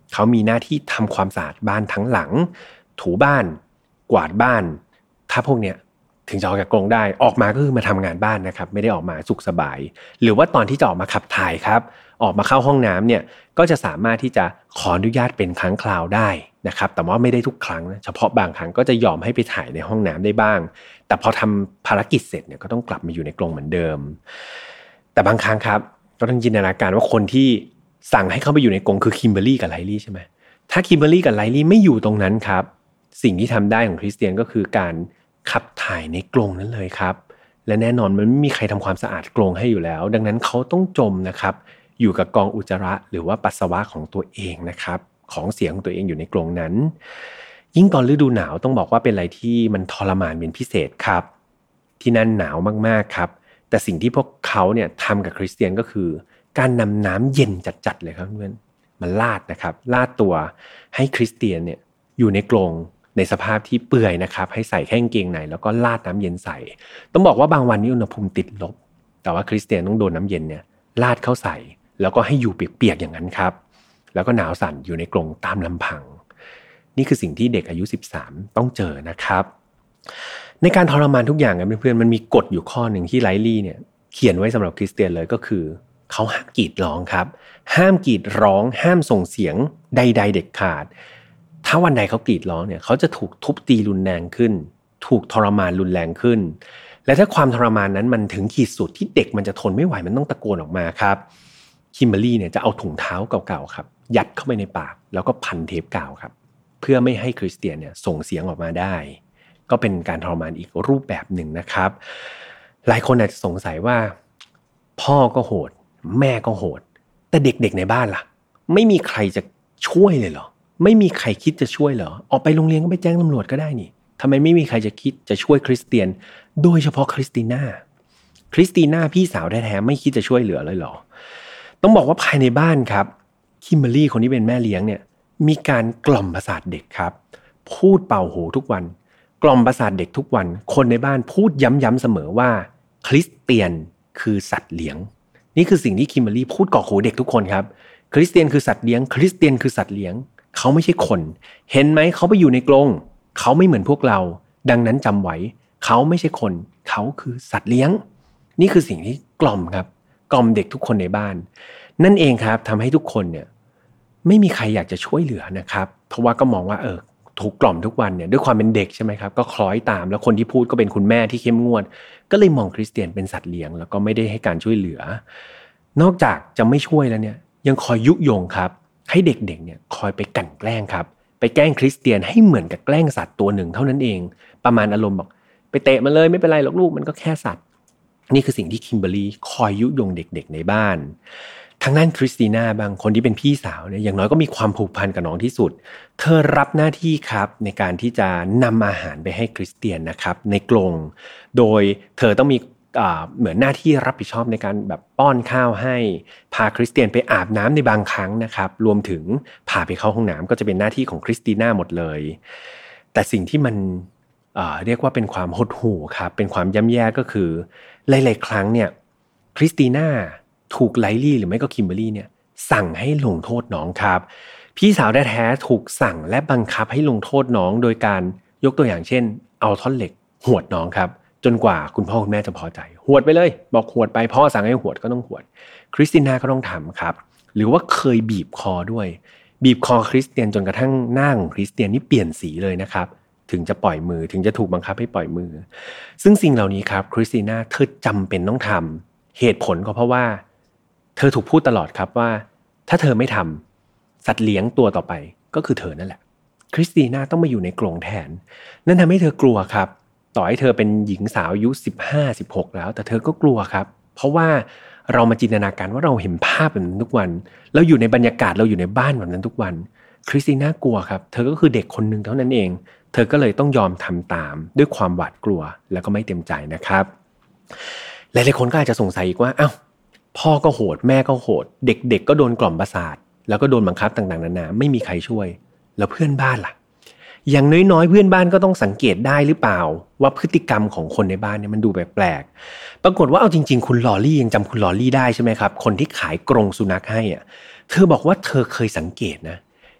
เขามีหน้าที่ทำความสะอาดบ้านทั้งหลังถูบ้านกวาดบ้านถ้าพวกเนี้ยถึงจะออกจากกรงได้ออกมาก็คือมาทำงานบ้านนะครับไม่ได้ออกมาสุขสบายหรือว่าตอนที่จะออกมาขับถ่ายครับออกมาเข้าห้องน้ำเนี่ยก็จะสามารถที่จะขออนุญาตเป็นครั้งคราวได้นะครับแต่ว่าไม่ได้ทุกครั้งนะเฉพาะบางครั้งก็จะยอมให้ไปถ่ายในห้องน้ำได้บ้างแต่พอทำภารกิจเสร็จเนี่ยก็ต้องกลับมาอยู่ในกรงเหมือนเดิมแต่บางครั้งครับก็ต้องจินตนาการว่าคนที่สั่งให้เข้าไปอยู่ในกรงคือคิมเบอร์รี่กับไลลี่ใช่ไหมถ้าคิมเบอร์รี่กับไลลี่ไม่อยู่ตรงนั้นครับสิ่งที่ทำได้ของคริสเตียนก็คือการขับถ่ายในกรงนั้นเลยครับและแน่นอนมันไม่มีใครทำความสะอาดกรงให้อยู่แล้วดังนั้นเขาต้องจมนะครับอยู่กับกองอุจจาระหรือว่าปัสสาวะของตัวเองนะครับของเสียของตัวเองอยู่ในกรงนั้นยิ่งตอนฤดูหนาวต้องบอกว่าเป็นอะไรที่มันทรมานเป็นพิเศษครับที่นั่นหนาวมากๆครับแต่สิ่งที่พวกเขาเนี่ยทำกับคริสเตียนก็คือการนำน้ำเย็นจัดๆเลยครับเพื่อนมันลาดนะครับลาดตัวให้คริสเตียนเนี่ยอยู่ในกรงในสภาพที่เปื่อยนะครับให้ใส่แค่กางเกงในแล้วก็ลาดน้ำเย็นใส่ต้องบอกว่าบางวันนี้อุณหภูมิติดลบแต่ว่าคริสเตียนต้องโดนน้ำเย็นเนี่ยลาดเข้าใส่แล้วก็ให้อยู่เปียกๆอย่างนั้นครับแล้วก็หนาวสั่นอยู่ในกรงตามลำพังนี่คือสิ่งที่เด็กอายุ13ต้องเจอนะครับในการทรมานทุกอย่างเพื่อนๆมันมีกฎอยู่ข้อหนึ่งที่ไลลี่เนี่ยเขียนไว้สำหรับคริสเตียนเลยก็คือเขาห้ามกรีดร้องครับห้ามกรีดร้องห้ามส่งเสียงใดๆเด็ดขาดถ้าวันใดเขากรีดร้องเนี่ยเขาจะถูกทุบตีรุนแรงขึ้นถูกทรมานรุนแรงขึ้นและถ้าความทรมานนั้นมันถึงขีดสุดที่เด็กมันจะทนไม่ไหวมันต้องตะโกนออกมาครับคิมเบอร์รี่เนี่ยจะเอาถุงเท้าเก่าๆครับยัดเข้าไปในปากแล้วก็พันเทปกาวครับเพื่อไม่ให้คริสเตียนเนี่ยส่งเสียงออกมาได้ก็เป็นการทรมานอีกรูปแบบหนึ่งนะครับหลายคนอาจจะสงสัยว่าพ่อก็โหดแม่ก็โหดแต่เด็กๆในบ้านล่ะไม่มีใครจะช่วยเลยเหรอไม่มีใครคิดจะช่วยเหรอออกไปโรงเรียนก็ไปแจ้งตำรวจก็ได้นี่ทำไมไม่มีใครจะคิดจะช่วยคริสเตียนโดยเฉพาะคริสติน่าพี่สาวแท้ๆไม่คิดจะช่วยเหลือเลยเหรอต้องบอกว่าภายในบ้านครับคิมเบอร์รี่คนที่เป็นแม่เลี้ยงเนี่ยมีการกล่อมประสาทเด็กครับพูดเป่าหูทุกวันกล่อมประสาทเด็กทุกวันคนในบ้านพูดย้ำๆเสมอว่าคริสเตียนคือสัตว์เลี้ยงนี่คือสิ่งที่คิมเบอร์รี่พูดกรอกหูเด็กทุกคนครับคริสเตียนคือสัตว์เลี้ยงคริสเตียนคือสัตว์เลี้ยงเขาไม่ใช่คนเห็นไหมเขาไปอยู่ในกรงเขาไม่เหมือนพวกเราดังนั้นจำไว้เขาไม่ใช่คนเขาคือสัตว์เลี้ยงนี่คือสิ่งที่กล่อมครับกล่อมเด็กทุกคนในบ้านนั่นเองครับทำให้ทุกคนเนี่ยไม่มีใครอยากจะช่วยเหลือนะครับเพราะว่าก็มองว่าถูกกล่อมทุกวันเนี่ยด้วยความเป็นเด็กใช่ไหมครับก็คล้อยตามแล้วคนที่พูดก็เป็นคุณแม่ที่เข้มงวดก็เลยมองคริสเตียนเป็นสัตว์เลี้ยงแล้วก็ไม่ได้ให้การช่วยเหลือนอกจากจะไม่ช่วยแล้วเนี่ยยังคอยยุยงครับให้เด็กๆเนี่ยคอยไปกลั่นแกล้งครับไปแกล้งคริสเตียนให้เหมือนกับแกล้งสัตว์ตัวหนึ่งเท่านั้นเองประมาณอารมณ์บอกไปเตะมันเลยไม่เป็นไรหรอกลูกมันก็แค่สัตว์นี่คือสิ่งที่คิมเบอร์รี่คอยยุยงเด็กๆในบ้านทางด้านคริสติน่าบางคนที่เป็นพี่สาวเนี่ยอย่างน้อยก็มีความผูกพันกับน้องที่สุดเธอรับหน้าที่ครับในการที่จะนำอาหารไปให้คริสเตียนนะครับในกรงโดยเธอต้องมีเหมือนหน้าที่รับผิดชอบในการแบบป้อนข้าวให้พาคริสเตียนไปอาบน้ำในบางครั้งนะครับรวมถึงพาไปเข้าห้องน้ำก็จะเป็นหน้าที่ของคริสติน่าหมดเลยแต่สิ่งที่มันเรียกว่าเป็นความหดหู่ครับเป็นความย่ำแย่ก็คือหลายๆครั้งเนี่ยคริสติน่าถูกไลลี่หรือไม่ก็คิมเบอร์รี่เนี่ยสั่งให้ลงโทษน้องครับพี่สาวแท้ๆถูกสั่งและบังคับให้ลงโทษน้องโดยการยกตัวอย่างเช่นเอาท่อนเหล็กหวดน้องครับจนกว่าคุณพ่อคุณแม่จะพอใจหวดไปเลยบอกหวดไปพ่อสั่งให้หวดก็ต้องหวดคริสติน่าก็ต้องทำครับหรือว่าเคยบีบคอด้วยบีบคอคริสเตียนจนกระทั่งหน้าของคริสเตียนนี่เปลี่ยนสีเลยนะครับถึงจะปล่อยมือถึงจะถูกบังคับให้ปล่อยมือซึ่งสิ่งเหล่านี้ครับคริสติน่าเธอจำเป็นต้องทำเหตุผลก็เพราะว่าเธอถูกพูดตลอดครับว่าถ้าเธอไม่ทำสัตว์เลี้ยงตัวต่อไปก็คือเธอนั่นแหละคริสติน่าต้องมาอยู่ในกรงแทนนั่นทำให้เธอกลัวครับต่อให้เธอเป็นหญิงสาวอายุ15-16แล้วแต่เธอก็กลัวครับเพราะว่าเรามาจินตนาการว่าเราเห็นภาพแบบนั้นทุกวันเราอยู่ในบรรยากาศเราอยู่ในบ้านแบบนั้นทุกวันคริสติน่ากลัวครับเธอก็คือเด็กคนนึงเท่านั้นเองเธอก็เลยต้องยอมทำตามด้วยความหวาดกลัวแล้วก็ไม่เต็มใจนะครับหลายๆคนก็อาจจะสงสัยอีกว่าอ้าวพ่อก็โหดแม่ก็โหดเด็กๆก็โดนกล่อมประสาทแล้วก็โดนบังคับต่างๆนานาไม่มีใครช่วยแล้วเพื่อนบ้านล่ะอย่างน้อยๆเพื่อนบ้านก็ต้องสังเกตได้หรือเปล่าว่าพฤติกรรมของคนในบ้านเนี่ยมันดูแปลกๆปรากฏว่าเอาจริงๆคุณลอรี่ยังจำคุณลอรี่ได้ใช่ไหมครับคนที่ขายกรงสุนัขให้อ่ะเธอบอกว่าเธอเคยสังเกตนะ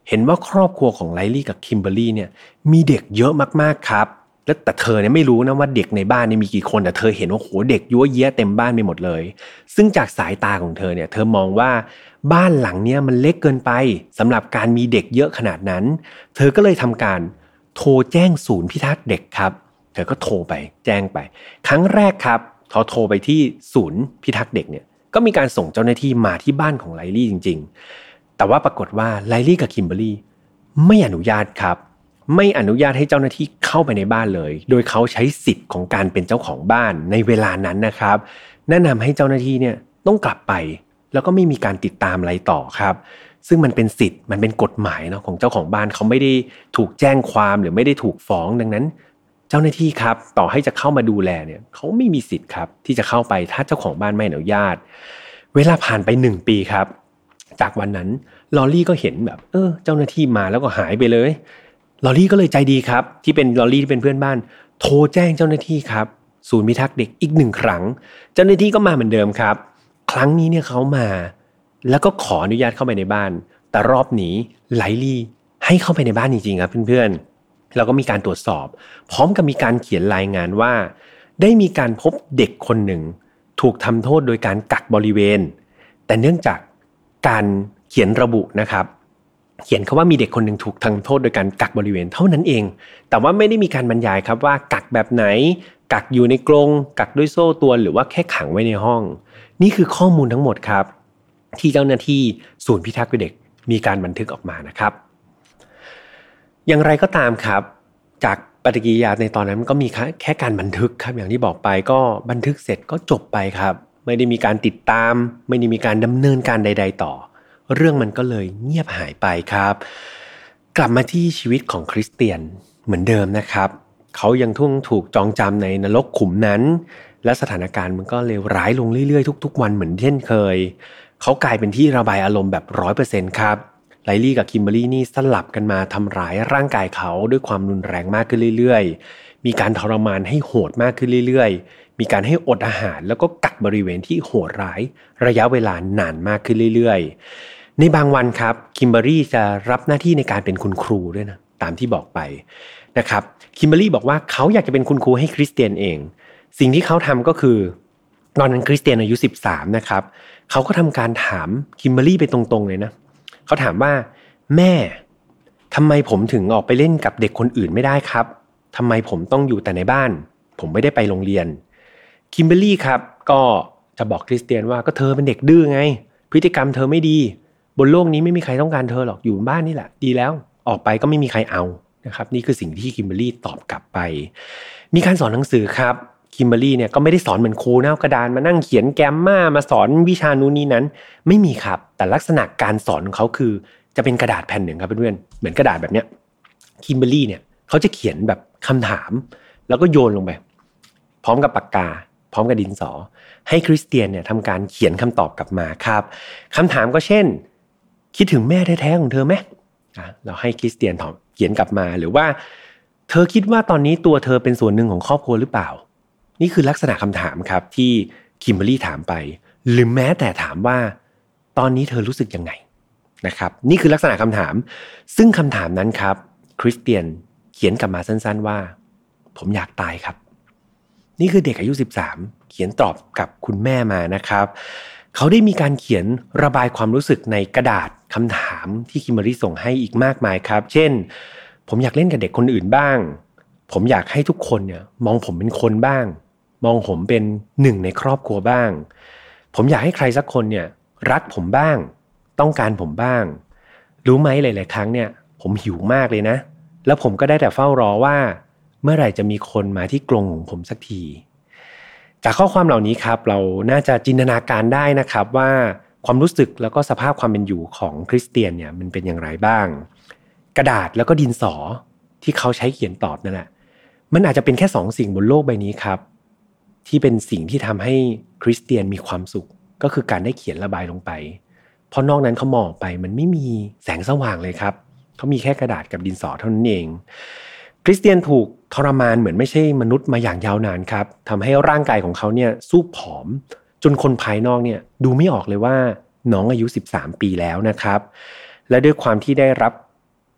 เห็นว่าครอบครัวของไลลี่กับคิมเบอร์รี่เนี่ยมีเด็กเยอะมากๆครับแล้วแต่เธอเนี่ยไม่รู้นะว่าเด็กในบ้านเนี่ยมีกี่คนแต่เธอเห็นว่าโหเด็กยั่วเยี้ยเต็มบ้านไปหมดเลยซึ่งจากสายตาของเธอเนี่ยเธอมองว่าบ้านหลังเนี้ยมันเล็กเกินไปสำหรับการมีเด็กเยอะขนาดนั้นเธอก็เลยทำการโทรแจ้งศูนย์พิทักษ์เด็กครับเธอก็โทรไปแจ้งไปครั้งแรกครับเขาโทรไปที่ศูนย์พิทักษ์เด็กเนี่ยก็มีการส่งเจ้าหน้าที่มาที่บ้านของไลลี่จริงๆแต่ว่าปรากฏว่าไลลี่กับคิมเบอร์รี่ไม่อนุญาตครับไม่อนุญาตให้เจ้าหน้าที่เข้าไปในบ้านเลยโดยเขาใช้สิทธิ์ของการเป็นเจ้าของบ้านในเวลานั้นนะครับแนะนำให้เจ้าหน้าที่เนี่ยต้องกลับไปแล้วก็ไม่มีการติดตามอะไรต่อครับซึ่งมันเป็นสิทธิ์มันเป็นกฎหมายเนาะของเจ้าของบ้านเขาไม่ได้ถูกแจ้งความหรือไม่ได้ถูกฟ้องดังนั้นเจ้าหน้าที่ครับต่อให้จะเข้ามาดูแลเนี่ยเขาไม่มีสิทธิ์ครับที่จะเข้าไปถ้าเจ้าของบ้านไม่อนุญาตเวลาผ่านไป1 ปีครับจากวันนั้นลอรี่ก็เห็นแบบเจ้าหน้าที่มาแล้วก็หายไปเลยลอรี่ก็เลยใจดีครับที่เป็นลอรี่ที่เป็นเพื่อนบ้านโทรแจ้งเจ้าหน้าที่ครับศูนย์พิทักษ์เด็กอีก1 ครั้งเจ้าหน้าที่ก็มาเหมือนเดิมครับครั้งนี้เนี่ยเขามาแล้วก็ขออนุญาตเข้าไปในบ้านแต่รอบนี้ไลลี่ให้เข้าไปในบ้านจริงๆครับเพื่อนๆแล้วก็มีการตรวจสอบพร้อมกับมีการเขียนรายงานว่าได้มีการพบเด็กคนหนึ่งถูกทำโทษโดยการกักบริเวณแต่เนื่องจากการเขียนระบุนะครับเขียนคำว่ามีเด็กคนหนึ่งถูกทำโทษโดยการกักบริเวณเท่านั้นเองแต่ว่าไม่ได้มีการบรรยายครับว่ากักแบบไหนกักอยู่ในกรงกักด้วยโซ่ตรวนหรือว่าแค่ขังไว้ในห้องนี่คือข้อมูลทั้งหมดครับที่เจ้าหน้าที่ศูนย์พิทักษ์เด็กมีการบันทึกออกมานะครับอย่างไรก็ตามครับจากปฏิกิริยาในตอนนั้นก็มีแค่การบันทึกครับอย่างที่บอกไปก็บันทึกเสร็จก็จบไปครับไม่ได้มีการติดตามไม่ได้มีการดำเนินการใดๆต่อเรื่องมันก็เลยเงียบหายไปครับกลับมาที่ชีวิตของคริสเตียนเหมือนเดิมนะครับเขายังถูกจองจำในนรกขุมนั้นและสถานการณ์มันก็เลวร้ายลงเรื่อยๆทุกๆวันเหมือนเช่นเคยเขากลายเป็นที่ระบายอารมณ์แบบ 100% ครับไลลี่กับคิมเบอร์รี่นี่สลับกันมาทำร้ายร่างกายเขาด้วยความรุนแรงมากขึ้นเรื่อยๆมีการทรมานให้โหดมากขึ้นเรื่อยๆมีการให้อดอาหารแล้วก็กักบริเวณที่โหดร้ายระยะเวลานานมากขึ้นเรื่อยๆในบางวันครับคิมเบอร์รี่จะรับหน้าที่ในการเป็นคุณครูด้วยนะตามที่บอกไปนะครับคิมเบอร์รี่บอกว่าเขาอยากจะเป็นคุณครูให้คริสเตียนเองสิ่งที่เขาทำก็คือตอนนั้นคริสเตียนอายุ13นะครับเขาก็ทำการถามคิมเบอร์รี่ไปตรงๆเลยนะเขาถามว่าแม่ทำไมผมถึงออกไปเล่นกับเด็กคนอื่นไม่ได้ครับทำไมผมต้องอยู่แต่ในบ้านผมไม่ได้ไปโรงเรียนคิมเบอร์รี่ครับก็จะบอกคริสเตียนว่าก็เธอเป็นเด็กดื้อไงพฤติกรรมเธอไม่ดีบนโลกนี้ไม่มีใครต้องการเธอหรอกอยู่บ้านนี่แหละดีแล้วออกไปก็ไม่มีใครเอานะครับนี่คือสิ่งที่คิมเบอร์รี่ตอบกลับไปมีการสอนหนังสือครับคิมเบอร์รี่เนี่ยก็ไม่ได้สอนเหมือนครูนะกระดานมานั่งเขียนแกมมาสอนวิชานู้นนี้นั้นไม่มีครับแต่ลักษณะการสอนของเขาคือจะเป็นกระดาษแผ่นหนึ่งครับเพื่อนๆเหมือนกระดาษแบบเนี้ยคิมเบอร์รี่เนี่ยเขาจะเขียนแบบคำถามแล้วก็โยนลงไปพร้อมกับปากกาพร้อมกับดินสอให้คริสเตียนเนี่ยทำการเขียนคำตอบกลับมาครับคำถามก็เช่นคิดถึงแม่แท้ๆของเธอไหมเราให้คริสเตียนเขียนกลับมาหรือว่าเธอคิดว่าตอนนี้ตัวเธอเป็นส่วนหนึ่งของครอบครัวหรือเปล่านี่คือลักษณะคำถามครับที่คิมเบอร์รี่ถามไปหรือแม้แต่ถามว่าตอนนี้เธอรู้สึกยังไงนะครับนี่คือลักษณะคำถามซึ่งคำถามนั้นครับคริสเตียนเขียนกลับมาสั้นๆว่าผมอยากตายครับนี่คือเด็กอายุ13เขียนตอบกับคุณแม่มานะครับเขาได้มีการเขียนระบายความรู้สึกในกระดาษคำถามที่คิมเบอร์รี่ส่งให้อีกมากมายครับเช่นผมอยากเล่นกับเด็กคนอื่นบ้างผมอยากให้ทุกคนเนี่ยมองผมเป็นคนบ้างมองผมเป็นหนึ่งในครอบครัวบ้างผมอยากให้ใครสักคนเนี่ยรักผมบ้างต้องการผมบ้างรู้ไหมหลายๆครั้งเนี่ยผมหิวมากเลยนะแล้วผมก็ได้แต่เฝ้ารอว่าเมื่อไหร่จะมีคนมาที่กรงของผมสักทีจากข้อความเหล่านี้ครับเราน่าจะจินตนาการได้นะครับว่าความรู้สึกแล้วก็สภาพความเป็นอยู่ของคริสเตียนเนี่ยมันเป็นอย่างไรบ้างกระดาษแล้วก็ดินสอที่เขาใช้เขียนตอบนั่นแหละมันอาจจะเป็นแค่2 สิ่งบนโลกใบนี้ครับที่เป็นสิ่งที่ทำให้คริสเตียนมีความสุขก็คือการได้เขียนระบายลงไปเพราะนอกนั้นเขามองไปมันไม่มีแสงสว่างเลยครับเขามีแค่กระดาษกับดินสอเท่านั้นเองคริสเตียนถูกทรมานเหมือนไม่ใช่มนุษย์มาอย่างยาวนานครับทำให้ร่างกายของเขาเนี่ยสู้ผอมจนคนภายนอกเนี่ยดูไม่ออกเลยว่าน้องอายุ13 ปีแล้วนะครับและด้วยความที่ได้รับ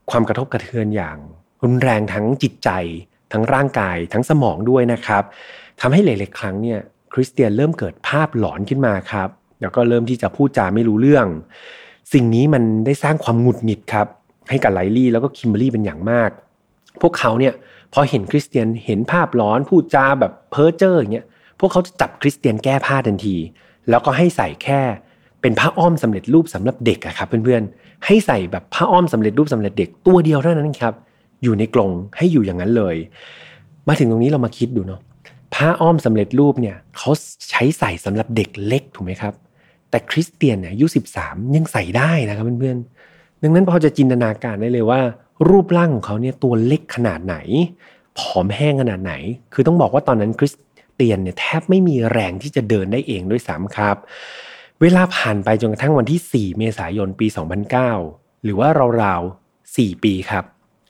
ความกระทบกระเทือนอย่างรุนแรงทั้งจิตใจทั้งร่างกายทั้งสมองด้วยนะครับทำให้หลายๆครั้งเนี่ยคริสเตียนเริ่มเกิดภาพหลอนขึ้นมาครับแล้วก็เริ่มที่จะพูดจาไม่รู้เรื่องสิ่งนี้มันได้สร้างความหงุดหงิดครับให้กับไลลี่แล้วก็คิมเบอร์รี่เป็นอย่างมากพวกเขาเนี่ยพอเห็นคริสเตียนเห็นภาพหลอนพูดจาแบบเพ้อเจ้ออย่างเงี้ยพวกเขาจะจับคริสเตียนแก้ผ้าทันทีแล้วก็ให้ใส่แค่เป็นผ้าอ้อมสำเร็จรูปสำหรับเด็กอะครับเพื่อนๆให้ใส่แบบผ้าอ้อมสำเร็จรูปสำเร็จเด็กตัวเดียวเท่านั้นครับอยู่ในกรงให้อยู่อย่างนั้นเลยมาถึงตรงนี้เรามาคิดดูเนาะผ้าอ้อมสำเร็จรูปเนี่ยเขาใช้ใส่สำหรับเด็กเล็กถูกไหมครับแต่คริสเตียนเนี่ยอายุ13ยังใส่ได้นะครับเพื่อนๆดังนั้นพอจะจินตนาการได้เลยว่ารูปร่างของเขาเนี่ยตัวเล็กขนาดไหนผอมแห้งขนาดไหนคือต้องบอกว่าตอนนั้นคริสเตียนเนี่ยแทบไม่มีแรงที่จะเดินได้เองด้วยซ้ำครับเวลาผ่านไปจนกระทั่งวันที่4เมษายนปี2009หรือว่าราวๆ4ปีครับ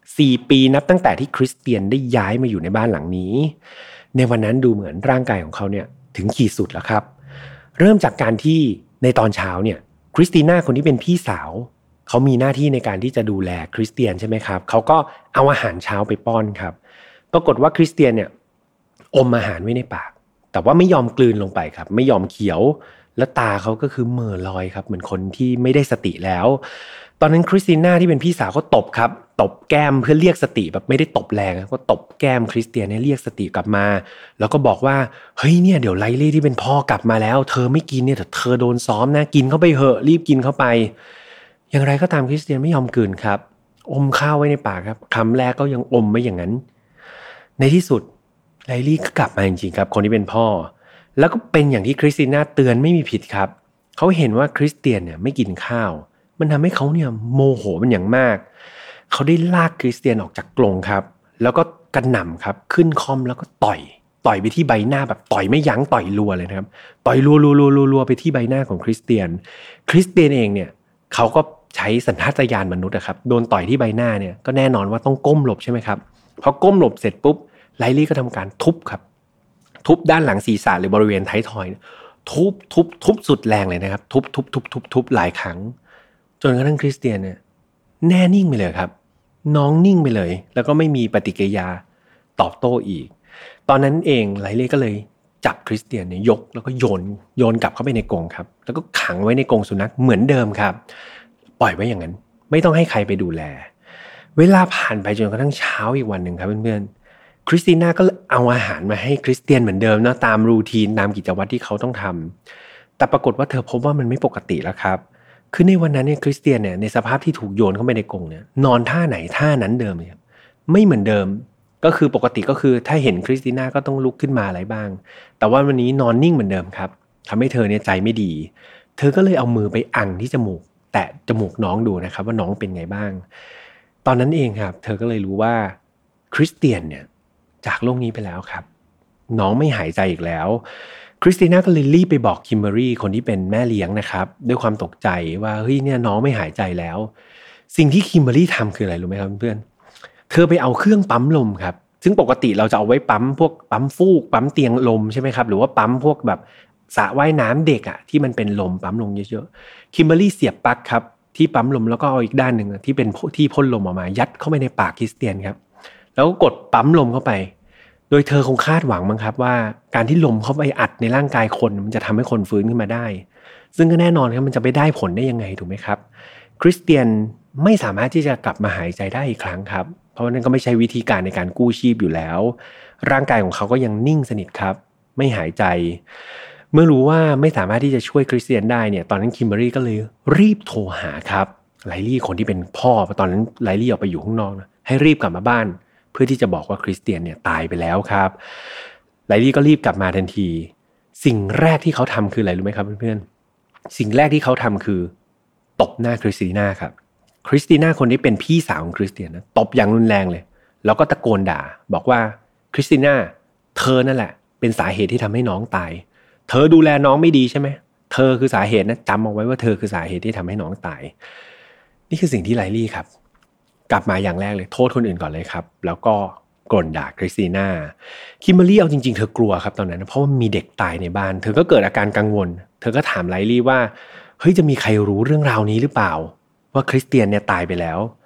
4ปีนับตั้งแต่ที่คริสเตียนได้ย้ายมาอยู่ในบ้านหลังนี้ในวันนั้นดูเหมือนร่างกายของเขาเนี่ยถึงขีดสุดแล้วครับเริ่มจากการที่ในตอนเช้าเนี่ยคริสติน่าคนที่เป็นพี่สาวเขามีหน้าที่ในการที่จะดูแลคริสเตียนใช่ไหมครับเขาก็เอาอาหารเช้าไปป้อนครับปรากฏว่าคริสเตียนเนี่ยอมอาหารไว้ในปากแต่ว่าไม่ยอมกลืนลงไปครับไม่ยอมเคี้ยวแล้วตาเขาก็คือเหม่อลอยครับเหมือนคนที่ไม่ได้สติแล้วตอนนั้นคริสติน่าที่เป็นพี่สาวก็ตบครับตบแก้มเพื่อเรียกสติแบบไม่ได้ตบแรงก็ตบแก้มคริสเตียนให้เรียกสติกลับมาแล้วก็บอกว่าเฮ้ยเนี่ยเดี๋ยวไลลี่ที่เป็นพ่อกลับมาแล้วเธอไม่กินเนี่ยเดี๋ยวเธอโดนซ้อมนะกินเข้าไปเหอะรีบกินเข้าไปอย่างไรก็ตามคริสเตียนไม่ยอมกลืนครับอมข้าวไว้ในปากครับคำแรกก็ยังอมไว้อย่างนั้นในที่สุดไลลี่ก็กลับมาจริงๆครับคนที่เป็นพ่อแล้วก็เป็นอย่างที่คริสติน่าเตือนไม่มีผิดครับเขาเห็นว่าคริสเตียนเนี่ยไม่กินข้าวมันทำให้เขาเนี่ยโมโหเป็นอย่างมากเขาได้ลากคริสเตียนออกจากกรงครับแล้วก็กระหน่ำครับขึ้นคอมแล้วก็ต่อยไปที่ใบหน้าแบบต่อยไม่ยั้งต่อยรัวเลยนะครับต่อยรัวไปที่ใบหน้าของคริสเตียนเองเนี่ยเขาก็ใช้สัญชาตญาณมนุษย์นะครับโดนต่อยที่ใบหน้าเนี่ยก็แน่นอนว่าต้องก้มหลบใช่ไหมครับพอก้มหลบเสร็จปุ๊บไลลี่ก็ทำการทุบครับทุบด้านหลังศีรษะหรือบริเวณท้ายทอยทุบสุดแรงเลยนะครับทุบหลายครั้งจนกระทั่งคริสเตียนเนี่ยแน่นิ่งไปเลยครับน้องนิ่งไปเลยแล้วก็ไม่มีปฏิกิริยาตอบโต้อีกตอนนั้นเองไลลี่ก็เลยจับคริสเตียนเนี่ยยกแล้วก็โยนกลับเข้าไปในกรงครับแล้วก็ขังไว้ในกรงสุนัขเหมือนเดิมครับปล่อยไว้อย่างนั้นไม่ต้องให้ใครไปดูแลเวลาผ่านไปจนกระทั่งเช้าอีกวันหนึ่งครับเพื่อนๆคริสติน่าก็เอาอาหารมาให้คริสเตียนเหมือนเดิมนะตามรูทีนตามกิจวัตรที่เขาต้องทำแต่ปรากฏว่าเธอพบว่ามันไม่ปกติแล้วครับคือในวันนั้นเนี่ยคริสเตียนเนี่ยในสภาพที่ถูกโยนเข้าไปในกรงเนี่ยนอนท่าไหนท่านั้นเดิมเลยไม่เหมือนเดิมก็คือปกติก็คือถ้าเห็นคริสติน่าก็ต้องลุกขึ้นมาอะไรบ้างแต่ว่าวันนี้นอนนิ่งเหมือนเดิมครับทำให้เธอเนี่ยใจไม่ดีเธอก็เลยเอามือไปอังที่จมูกแตะจมูกน้องดูนะครับว่าน้องเป็นไงบ้างตอนนั้นเองครับเธอก็เลยรู้ว่าคริสเตียนเนี่ยจากโลกนี้ไปแล้วครับน้องไม่หายใจอีกแล้วคริสติน่าก็เลยรีบไปบอกคิมเบอรี่คนที่เป็นแม่เลี้ยงนะครับด้วยความตกใจว่าเฮ้ยเนี่ยน้องไม่หายใจแล้วสิ่งที่คิมเบอรี่ทำคืออะไรรู้ไหมครับเพื่อนเธอไปเอาเครื่องปั๊มลมครับซึ่งปกติเราจะเอาไว้ปั๊มพวกปั๊มฟูกปั๊มเตียงลมใช่ไหมครับหรือว่าปั๊มพวกแบบสระว่ายน้ำเด็กอ่ะที่มันเป็นลมปั๊มลมเยอะๆคิมเบอรี่เสียบปลั๊กครับที่ปั๊มลมแล้วก็เอาอีกด้านหนึ่งที่เป็นที่พ่นลมออกมายัดเข้าไปในปากคริสเตียนครับแล้วก็กดปั๊มลมเข้าไปโดยเธอคงคาดหวังมั้งครับว่าการที่ลมเข้าไปอัดในร่างกายคนมันจะทำให้คนฟื้นขึ้นมาได้ซึ่งก็แน่นอนครับมันจะไปได้ผลได้ยังไงถูกไหมครับคริสเตียนไม่สามารถที่จะกลับมาหายใจได้อีกครั้งครับเพราะนั่นก็ไม่ใช่วิธีการในการกู้ชีพอยู่แล้วร่างกายของเขาก็ยังนิ่งสนิทครับไม่หายใจเมื่อรู้ว่าไม่สามารถที่จะช่วยคริสเตียนได้เนี่ยตอนนั้นคิมเบอรี่ก็เลยรีบโทรหาครับไลลี่คนที่เป็นพ่อเพราะตอนนั้นไลลี่ออกไปอยู่ข้างนอกนะให้รีบกลับมาบ้านเพื่อที่จะบอกว่าคริสเตียนเนี่ยตายไปแล้วครับไลลี่ก็รีบกลับมาทันทีสิ่งแรกที่เขาทำคืออะไรรู้ไหมครับเพื่อนๆสิ่งแรกที่เขาทำคือตบหน้าคริสติน่าครับคริสติน่าคนที่เป็นพี่สาวของคริสเตียนนะตบอย่างรุนแรงเลยแล้วก็ตะโกนด่าบอกว่าคริสติน่าเธอนั่นแหละเป็นสาเหตุที่ทำให้น้องตายเธอดูแลน้องไม่ดีใช่ไหมเธอคือสาเหตุนะจำเอาไว้ว่าเธอคือสาเหตุที่ทำให้น้องตายนี่คือสิ่งที่ไลลี่ครับกลับมาอย่างแรกเลยโทษคนอื่นก่อนเลยครับแล้วก็กล่นด่าคริสติน่าคิมเบอรี่เอาจริงๆเธอกลัวครับตอนนั้นเพราะว่ามีเด็กตายในบ้านเธอก็เกิดอาการกังวลเธอก็ถามไลลี่ว่าเฮ้ยจะมีใครรู้เรื่องราวนี้หรือเปล่าว่าคริสเตียนเนี่ยตายไปแล้ว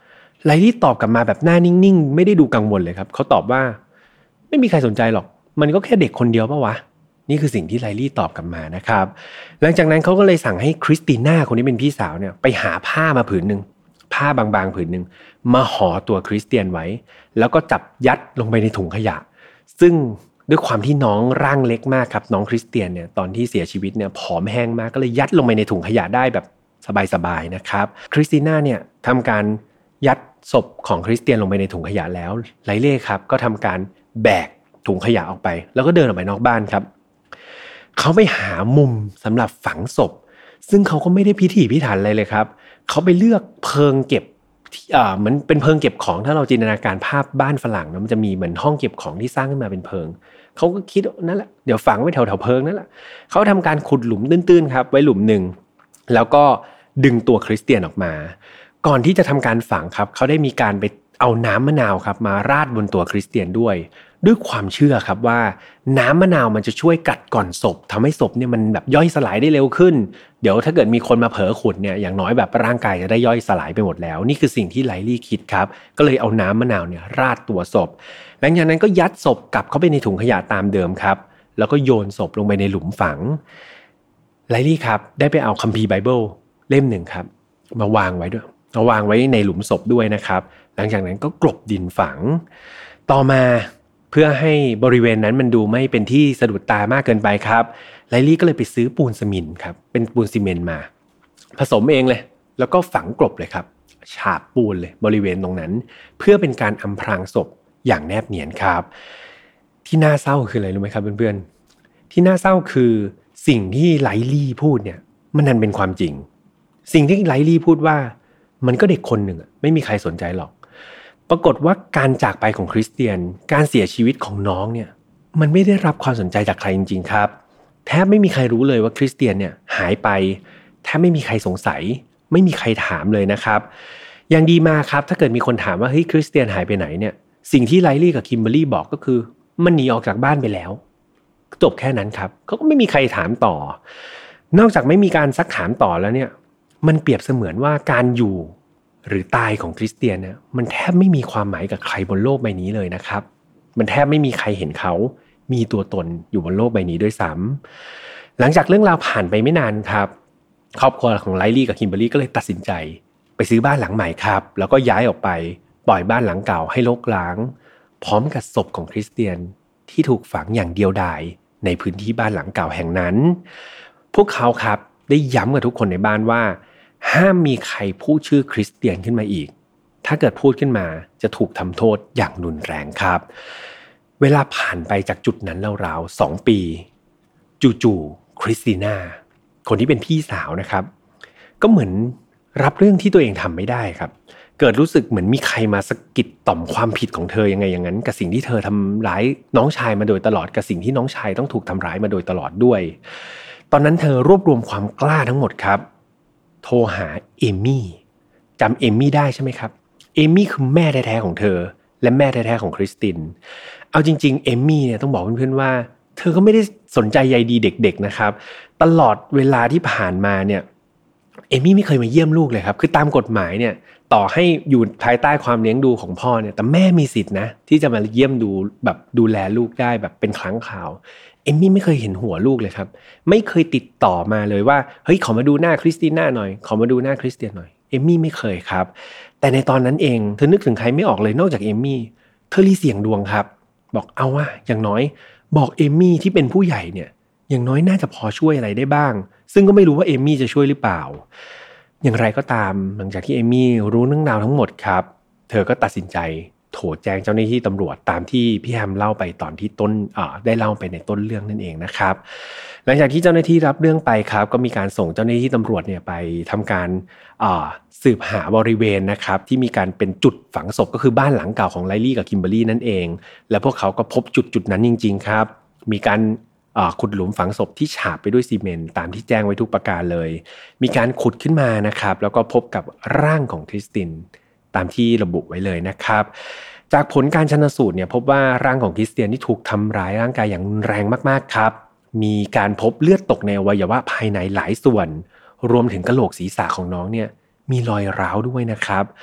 ไลลี่ตอบกลับมาแบบหน้านิ่งๆไม่ได้ดูกังวลเลยครับเขาตอบว่าไม่มีใครสนใจหรอกมันก็แค่เด็กคนเดียวปะวะนี่คือสิ่งที่ไลลี่ตอบกลับมานะครับหลังจากนั้นเขาก็เลยสั่งให้คริสติน่าคนที่เป็นพี่สาวเนี่ยไปหาผ้ามาผืนนึงผ้าบางๆผืนนึงมาห่อตัวคริสเตียนไว้แล้วก็จับยัดลงไปในถุงขยะซึ่งด้วยความที่น้องร่างเล็กมากครับน้องคริสเตียนเนี่ยตอนที่เสียชีวิตเนี่ยผอมแห้งมากก็เลยยัดลงไปในถุงขยะได้แบบสบายๆนะครับคริสติน่าเนี่ยทำการยัดศพของคริสเตียนลงไปในถุงขยะแล้วไลเล่ครับก็ทำการแบกถุงขยะออกไปแล้วก็เดินออกไปนอกบ้านครับเขาไปหามุมสำหรับฝังศพซึ่งเขาก็ไม่ได้พิถีพิถันอะไรเลยครับเขาไปเลือกเพิงเก็บเหมือนเป็นเพิงเก็บของถ้าเราจินตนาการภาพบ้านฝรั่งนะมันจะมีเหมือนห้องเก็บของที่สร้างขึ้นมาเป็นเพิงเขาก็คิดนั่นแหละเดี๋ยวฝังไว้แถวเพิงนั่นแหละเขาทำการขุดหลุมตื้นๆครับไว้หลุมหนึ่งแล้วก็ดึงตัวคริสเตียนออกมาก่อนที่จะทำการฝังครับเขาได้มีการไปเอาน้ำมะนาวครับมาราดบนตัวคริสเตียนด้วยความเชื่อครับว่าน้ำมะนาวมันจะช่วยกัดก่อนศพทำให้ศพเนี่ยมันแบบย่อยสลายได้เร็วขึ้นเดี๋ยวถ้าเกิดมีคนมาเผลอขุดเนี่ยอย่างน้อยแบบร่างกายจะได้ย่อยสลายไปหมดแล้วนี่คือสิ่งที่ไลลี่คิดครับก็เลยเอาน้ำมะนาวเนี่ยราดตัวศพหลังจากนั้นก็ยัดศพกลับเข้าไปในถุงขยะตามเดิมครับแล้วก็โยนศพลงไปในหลุมฝังไลลี่ครับได้ไปเอาคัมภีร์ไบเบิลเล่มหนึ่งครับมาวางไว้ด้วยเอาวางไว้ในหลุมศพด้วยนะครับหลังจากนั้นก็กลบดินฝังต่อมาเพื่อให้บริเวณนั้นมันดูไม่เป็นที่สะดุดตามากเกินไปครับไลลี่ก็เลยไปซื้อปูนซีเมนต์ครับเป็นปูนซีเมนต์มาผสมเองเลยแล้วก็ฝังกลบเลยครับฉาบปูนเลยบริเวณตรงนั้นเพื่อเป็นการอำพรางศพอย่างแนบเนียนครับที่น่าเศร้าคืออะไรรู้ไหมครับเพื่อนๆที่น่าเศร้าคือสิ่งที่ไลลี่พูดเนี่ยมันนั่นเป็นความจริงสิ่งที่ไลลี่พูดว่ามันก็เด็กคนหนึ่งไม่มีใครสนใจหรอกปรากฏว่าการจากไปของคริสเตียนการเสียชีวิตของน้องเนี่ยมันไม่ได้รับความสนใจจากใครจริงๆครับแทบไม่มีใครรู้เลยว่าคริสเตียนเนี่ยหายไปแทบไม่มีใครสงสัยไม่มีใครถามเลยนะครับอย่างดีมาครับถ้าเกิดมีคนถามว่าเฮ้ยคริสเตียนหายไปไหนเนี่ยสิ่งที่ไลลี่กับคิมเบอร์รี่บอกก็คือมันหนีออกจากบ้านไปแล้วจบแค่นั้นครับเขาก็ไม่มีใครถามต่อนอกจากไม่มีการซักถามต่อแล้วเนี่ยมันเปรียบเสมือนว่าการอยู่หรือตายของคริสเตียนเนี่ยมันแทบไม่มีความหมายกับใครบนโลกใบนี้เลยนะครับมันแทบไม่มีใครเห็นเขามีตัวตนอยู่บนโลกใบนี้ด้วยซ้ำหลังจากเรื่องราวผ่านไปไม่นานครับครอบครัวของไลลี่กับคิมเบอร์รี่ก็เลยตัดสินใจไปซื้อบ้านหลังใหม่ครับแล้วก็ย้ายออกไปปล่อยบ้านหลังเก่าให้รกร้างพร้อมกับศพของคริสเตียนที่ถูกฝังอย่างเดียวดายในพื้นที่บ้านหลังเก่าแห่งนั้นพวกเขาครับได้ย้ำกับทุกคนในบ้านว่าห้ามมีใครพูดชื่อคริสเตียนขึ้นมาอีกถ้าเกิดพูดขึ้นมาจะถูกทำโทษอย่างรุนแรงครับเวลาผ่านไปจากจุดนั้นราวๆ2 ปีจู่ๆคริสติน่าคนที่เป็นพี่สาวนะครับก็เหมือนรับเรื่องที่ตัวเองทำไม่ได้ครับเกิดรู้สึกเหมือนมีใครมาสะกิดต่อมความผิดของเธอยังไงอย่างนั้นกับสิ่งที่เธอทำร้ายน้องชายมาโดยตลอดกับสิ่งที่น้องชายต้องถูกทำร้ายมาโดยตลอดด้วยตอนนั้นเธอรวบรวมความกล้าทั้งหมดครับโทรหาเอมี่จำเอมี่ได้ใช่ไหมครับเอมี่คือแม่แท้ๆของเธอและแม่แท้ๆของคริสตินเอาจริงๆเอมี่เนี่ยต้องบอกเพื่อนๆว่าเธอก็ไม่ได้สนใจใยดีเด็กๆนะครับตลอดเวลาที่ผ่านมาเนี่ยเอมี่ไม่เคยมาเยี่ยมลูกเลยครับคือตามกฎหมายเนี่ยต่อให้อยู่ภายใต้ความเลี้ยงดูของพ่อเนี่ยแต่แม่มีสิทธินะที่จะมาเยี่ยมดูแบบดูแลลูกได้แบบเป็นครั้งคราวเอมมี่ไม่เคยเห็นหัวลูกเลยครับไม่เคยติดต่อมาเลยว่าเฮ้ยขอมาดูหน้าคริสติน่าหน่อยขอมาดูหน้าคริสเตียนหน่อยเอมมี่ไม่เคยครับแต่ในตอนนั้นเองเธอนึกถึงใครไม่ออกเลยนอกจากเอมมี่เธอรีเสี่ยงดวงครับบอกเอาว่าอย่างน้อยบอกเอมมี่ที่เป็นผู้ใหญ่เนี่ยอย่างน้อยน่าจะพอช่วยอะไรได้บ้างซึ่งก็ไม่รู้ว่าเอมมี่จะช่วยหรือเปล่าอย่างไรก็ตามหลังจากที่เอมมี่รู้เรื่องราวทั้งหมดครับเธอก็ตัดสินใจโทรแจ้งเจ้าหน้าที่ตำรวจตามที่พี่แฮมเล่าไปตอนที่ต้นได้เล่าไปในต้นเรื่องนั่นเองนะครับหลังจากที่เจ้าหน้าที่รับเรื่องไปครับก็มีการส่งเจ้าหน้าที่ตำรวจเนี่ยไปทำการสืบหาบริเวณนะครับที่มีการเป็นจุดฝังศพก็คือบ้านหลังเก่าของไลลี่กับคิมเบอร์รี่นั่นเองและพวกเขาก็พบจุดนั้นจริงๆครับมีการขุดหลุมฝังศพที่ฉาบไปด้วยซีเมนต์ตามที่แจ้งไว้ทุกประการเลยมีการขุดขึ้นมานะครับแล้วก็พบกับร่างของคริสตินตามที่ระบุไว้เลยนะครับจากผลการชันสูตรเนี่ยพบว่าร่างของคริสเตียนที่ถูกทำร้ายร่างกายอย่างแรงมากๆครับมีการพบเลือดตกในอวัยวะภายในหลายส่วนรวมถึงกะโหลกศีรษะของน้องเนี่ยมีรอยร้าวด้วยนะครับ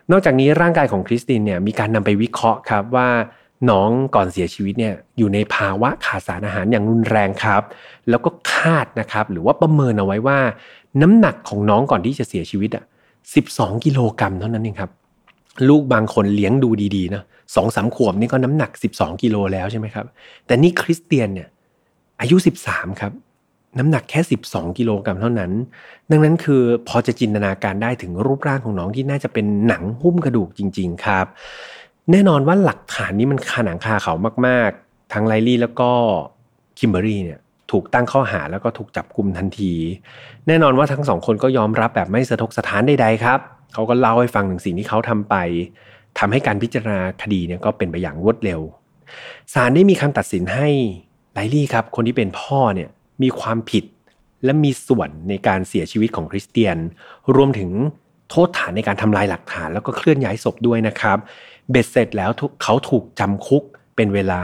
นอกจากนี้ร่างกายของคริสตินเนี่ยมีการนำไปวิเคราะห์ครับว่าน้องก่อนเสียชีวิตเนี่ยอยู่ในภาวะขาดสารอาหารอย่างรุนแรงครับแล้วก็คาดนะครับหรือว่าประเมินเอาไว้ว่าน้ำหนักของน้องก่อนที่จะเสียชีวิต12กิโลกรัมเท่านั้นเองครับลูกบางคนเลี้ยงดูดีๆนะ 2-3 ขวบนี่ก็น้ำหนัก12กิโลแล้วใช่ไหมครับแต่นี่คริสเตียนเนี่ยอายุ13ครับน้ำหนักแค่12กิโลกรัมเท่านั้นดังนั้นคือพอจะจินตนาการได้ถึงรูปร่างของน้องที่น่าจะเป็นหนังหุ้มกระดูกจริงๆครับแน่นอนว่าหลักฐานนี้มันคาหนังคาเขามากๆทั้งไลลี่แล้วก็คิมเบอรี่เนี่ยถูกตั้งข้อหาแล้วก็ถูกจับกุมทันทีแน่นอนว่าทั้งสองคนก็ยอมรับแบบไม่สะทกสะท้านใดๆครับเขาก็เล่าให้ฟังถึงสิ่งที่เขาทำไปทำให้การพิจารณาคดีเนี่ยก็เป็นไปอย่างรวดเร็วศาลได้มีคำตัดสินให้ไลลี่ครับคนที่เป็นพ่อเนี่ยมีความผิดและมีส่วนในการเสียชีวิตของคริสเตียนรวมถึงโทษฐานในการทำลายหลักฐานแล้วก็เคลื่อนย้ายศพด้วยนะครับเบ็ดเสร็จแล้วเขาถูกจำคุกเป็นเวลา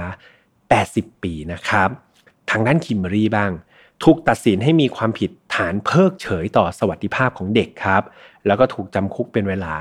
80ปีนะครับทางด้านคิมเบอรี่บ้างถูกตัดสินให้มีความผิดฐานเพิกเฉยต่อสวัสดิภาพของเด็กครับแล้วก็ถูกจำคุกเป็นเวลา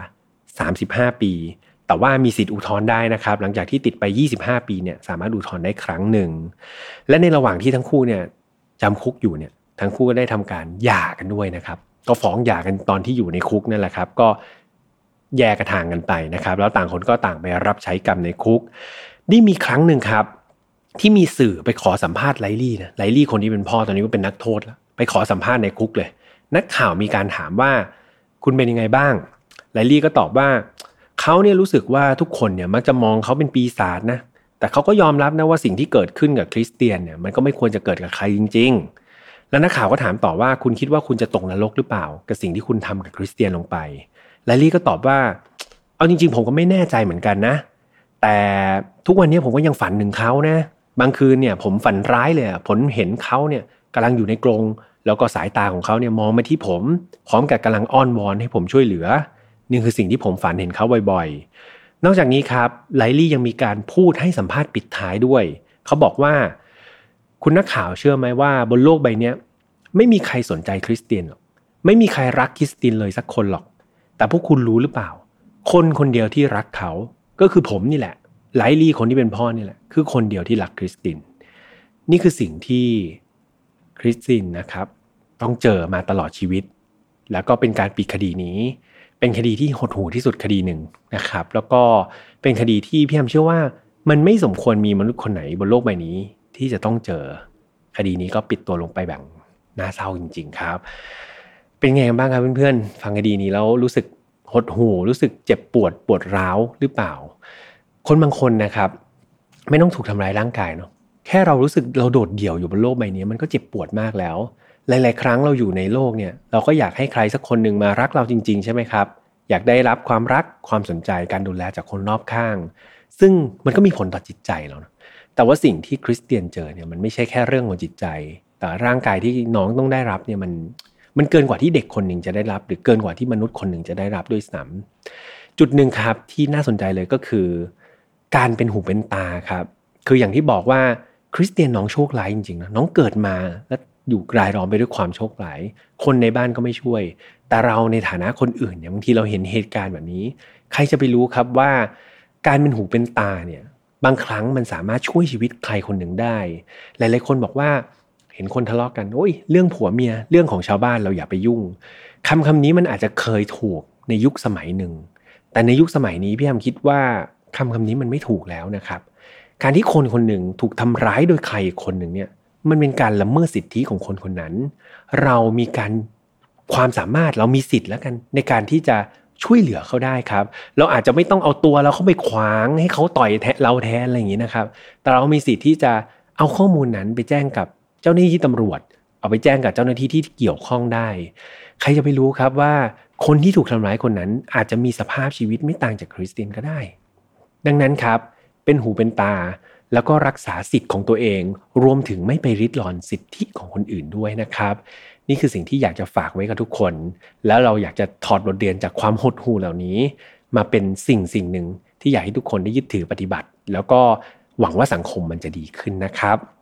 35ปีแต่ว่ามีสิทธิ์อุทธรณ์ได้นะครับหลังจากที่ติดไป25ปีเนี่ยสามารถอุทธรณ์ได้ครั้งหนึ่งและในระหว่างที่ทั้งคู่เนี่ยจำคุกอยู่เนี่ยทั้งคู่ก็ได้ทำการหย่ากันด้วยนะครับก็ฟ้องหย่ากันตอนที่อยู่ในคุกนั่นแหละครับก็แยกทางกันไปนะครับแล้วต่างคนก็ต่างไปรับใช้กรรมในคุกนี่มีครั้งหนึ่งครับที่มีสื่อไปขอสัมภาษณ์ไลลี่นะไลลี่คนที่เป็นพ่อตอนนี้ก็เป็นนักโทษแล้วไปขอสัมภาษณ์ในคุกเลยนักข่าวมีการถามว่าคุณเป็นยังไงบ้างไลลี่ก็ตอบว่าเขาเนี่ยรู้สึกว่าทุกคนเนี่ยมักจะมองเขาเป็นปีศาจนะแต่เขาก็ยอมรับนะว่าสิ่งที่เกิดขึ้นกับคริสเตียนเนี่ยมันก็ไม่ควรจะเกิดกับใครจริงๆแล้วนักข่าวก็ถามต่อว่าคุณคิดว่าคุณจะตกนรกหรือเปล่ากับสิ่งที่คุณทำกับคริสเตียนลงไปไลลี่ก็ตอบว่าเอาจริงๆผมก็ไม่แน่ใจเหมือนกันนะแต่ทุกวันนี้ผมก็ยังฝันถึงเขานะบางคืนเนี่ยผมฝันร้ายเลยผมเห็นเขาเนี่ยกำลังอยู่ในกรงแล้วก็สายตาของเขาเนี่ยมองมาที่ผมพร้อมกับกำลังอ้อนวอนให้ผมช่วยเหลือนี่คือสิ่งที่ผมฝันเห็นเขาบ่อยๆนอกจากนี้ครับไลลี่ยังมีการพูดให้สัมภาษณ์ปิดท้ายด้วยเขาบอกว่าคุณนักข่าวเชื่อไหมว่าบนโลกใบนี้ไม่มีใครสนใจคริสเตียนหรอกไม่มีใครรักคริสเตียนเลยสักคนหรอกแต่พวกคุณรู้หรือเปล่าคนคนเดียวที่รักเขาก็คือผมนี่แหละไลลี่คนที่เป็นพ่อนี่แหละคือคนเดียวที่รักคริสตินนี่คือสิ่งที่คริสตินนะครับต้องเจอมาตลอดชีวิตแล้วก็เป็นการปิดคดีนี้เป็นคดีที่หดหู่ที่สุดคดีหนึ่งนะครับแล้วก็เป็นคดีที่พี่แอมเชื่อว่ามันไม่สมควรมีมนุษย์คนไหนบนโลกใบนี้ที่จะต้องเจอคดีนี้ก็ปิดตัวลงไปแบบน่าเศร้าจริงๆครับเป็นไงบ้างครับเพื่อนๆฟังคดีนี้แล้วรู้สึกหดหู่รู้สึกเจ็บปวดร้าวหรือเปล่าคนบางคนนะครับไม่ต้องถูกทำร้ายร่างกายเนาะแค่เรารู้สึกเราโดดเดี่ยวอยู่บนโลกใบนี้มันก็เจ็บปวดมากแล้วหลายๆครั้งเราอยู่ในโลกเนี่ยเราก็อยากให้ใครสักคนหนึ่งมารักเราจริงๆใช่ไหมครับอยากได้รับความรักความสนใจการดูแลจากคนรอบข้างซึ่งมันก็มีผลต่อจิตใจเรานะแต่ว่าสิ่งที่คริสเตียนเจอเนี่ยมันไม่ใช่แค่เรื่องของจิตใจแต่ร่างกายที่น้องต้องได้รับเนี่ยมันเกินกว่าที่เด็กคนหนึ่งจะได้รับหรือเกินกว่าที่มนุษย์คนหนึ่งจะได้รับด้วยซ้ำจุดหนึ่งครับที่น่าสนใจเลยก็คือการเป็นหูเป็นตาครับคืออย่างที่บอกว่าคริสเตียนน้องโชคร้ายจริงๆนะน้องเกิดมาแล้วอยู่รายล้อมไปด้วยความโชคร้ายคนในบ้านก็ไม่ช่วยแต่เราในฐานะคนอื่นเนี่ยบางทีเราเห็นเหตุการณ์แบบนี้ใครจะไปรู้ครับว่าการเป็นหูเป็นตาเนี่ยบางครั้งมันสามารถช่วยชีวิตใครคนหนึ่งได้หลายๆคนบอกว่าเห็นคนทะเลาะกันโอ้ยเรื่องผัวเมียเรื่องของชาวบ้านเราอย่าไปยุ่งคำนี้มันอาจจะเคยถูกในยุคสมัยหนึ่งแต่ในยุคสมัยนี้พี่แอมคิดว่าคำนี้มันไม่ถูกแล้วนะครับการที่คนคนหนึ่งถูกทำร้ายโดยใครคนหนึ่งเนี่ยมันเป็นการละเมิดสิทธิของคนคนนั้นเรามีการความสามารถเรามีสิทธิ์แล้วกันในการที่จะช่วยเหลือเขาได้ครับเราอาจจะไม่ต้องเอาตัวเราเข้าไปขวางให้เขาต่อยเราแทนอะไรอย่างนี้นะครับแต่เรามีสิทธิ์ที่จะเอาข้อมูลนั้นไปแจ้งกับเจ้าหน้าที่ตำรวจเอาไปแจ้งกับเจ้าหน้าที่ที่เกี่ยวข้องได้ใครจะไปรู้ครับว่าคนที่ถูกทำร้ายคนนั้นอาจจะมีสภาพชีวิตไม่ต่างจากคริสเตียนก็ได้ดังนั้นครับเป็นหูเป็นตาแล้วก็รักษาสิทธิ์ของตัวเองรวมถึงไม่ไปริดรอนสิทธิของคนอื่นด้วยนะครับนี่คือสิ่งที่อยากจะฝากไว้กับทุกคนแล้วเราอยากจะถอดบทเรียนจากความหดหู่เหล่านี้มาเป็นสิ่งหนึ่งที่อยากให้ทุกคนได้ยึดถือปฏิบัติแล้วก็หวังว่าสังคมมันจะดีขึ้นนะครับ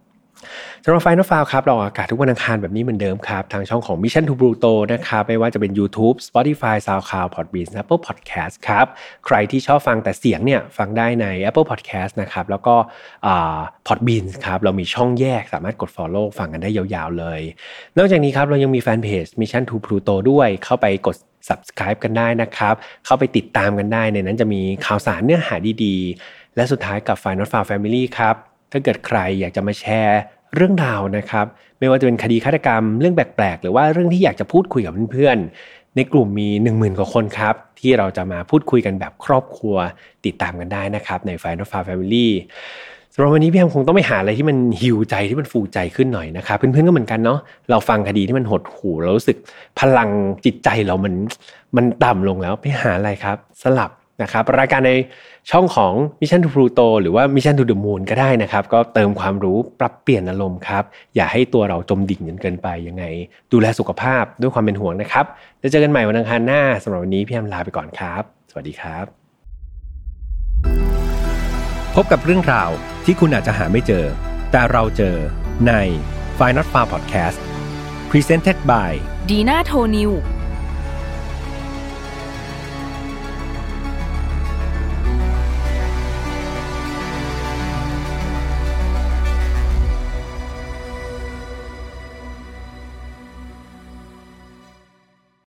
สำหรับ Final File ครับเราออกอากาศทุกวันอังคารแบบนี้เหมือนเดิมครับทางช่องของ Mission to Pluto นะครับไม่ว่าจะเป็น YouTube Spotify SoundCloud Podbean Apple Podcast ครับใครที่ชอบฟังแต่เสียงเนี่ยฟังได้ใน Apple Podcast นะครับแล้วก็Podbean ครับเรามีช่องแยกสามารถกด follow ฟังกันได้ยาวๆเลยนอกจากนี้ครับเรายังมีแฟนเพจ Mission to Pluto ด้วยเข้าไปกด Subscribe กันได้นะครับเข้าไปติดตามกันได้ในนั้นจะมีข่าวสารเนื้อหาดีๆและสุดท้ายกับ Final File Family ครับถ้าเกิดใครอยากจะมาแชร์เรื่องราวนะครับไม่ว่าจะเป็นคดีฆาตกรรมเรื่องแปลกๆหรือว่าเรื่องที่อยากจะพูดคุยกับเพื่อนๆในกลุ่มมี 10,000 กว่าคนครับที่เราจะมาพูดคุยกันแบบครอบครัวติดตามกันได้นะครับใน Final File Family สำหรับวันนี้พี่แฮมคงต้องไปหาอะไรที่มันฮีลใจที่มันฟูใจขึ้นหน่อยนะครับเพื่อนๆก็เหมือนกันเนาะเราฟังคดีที่มันหดหู่เรารู้สึกพลังจิตใจเรามันต่ำลงแล้วไปหาอะไรครับสลับนะครับรายการในช่องของ Mission to Pluto หรือว่า Mission to the Moon ก็ได้นะครับก็เติมความรู้ปรับเปลี่ยนอารมณ์ครับอย่าให้ตัวเราจมดิ่งจนเกินไปยังไงดูแลสุขภาพด้วยความเป็นห่วงนะครับแล้วเจอกันใหม่วันอังคารหน้าสำหรับวันนี้พี่แฮมลาไปก่อนครับสวัสดีครับพบกับเรื่องราวที่คุณอาจจะหาไม่เจอแต่เราเจอใน Final File Podcast Presented by Dina Toniu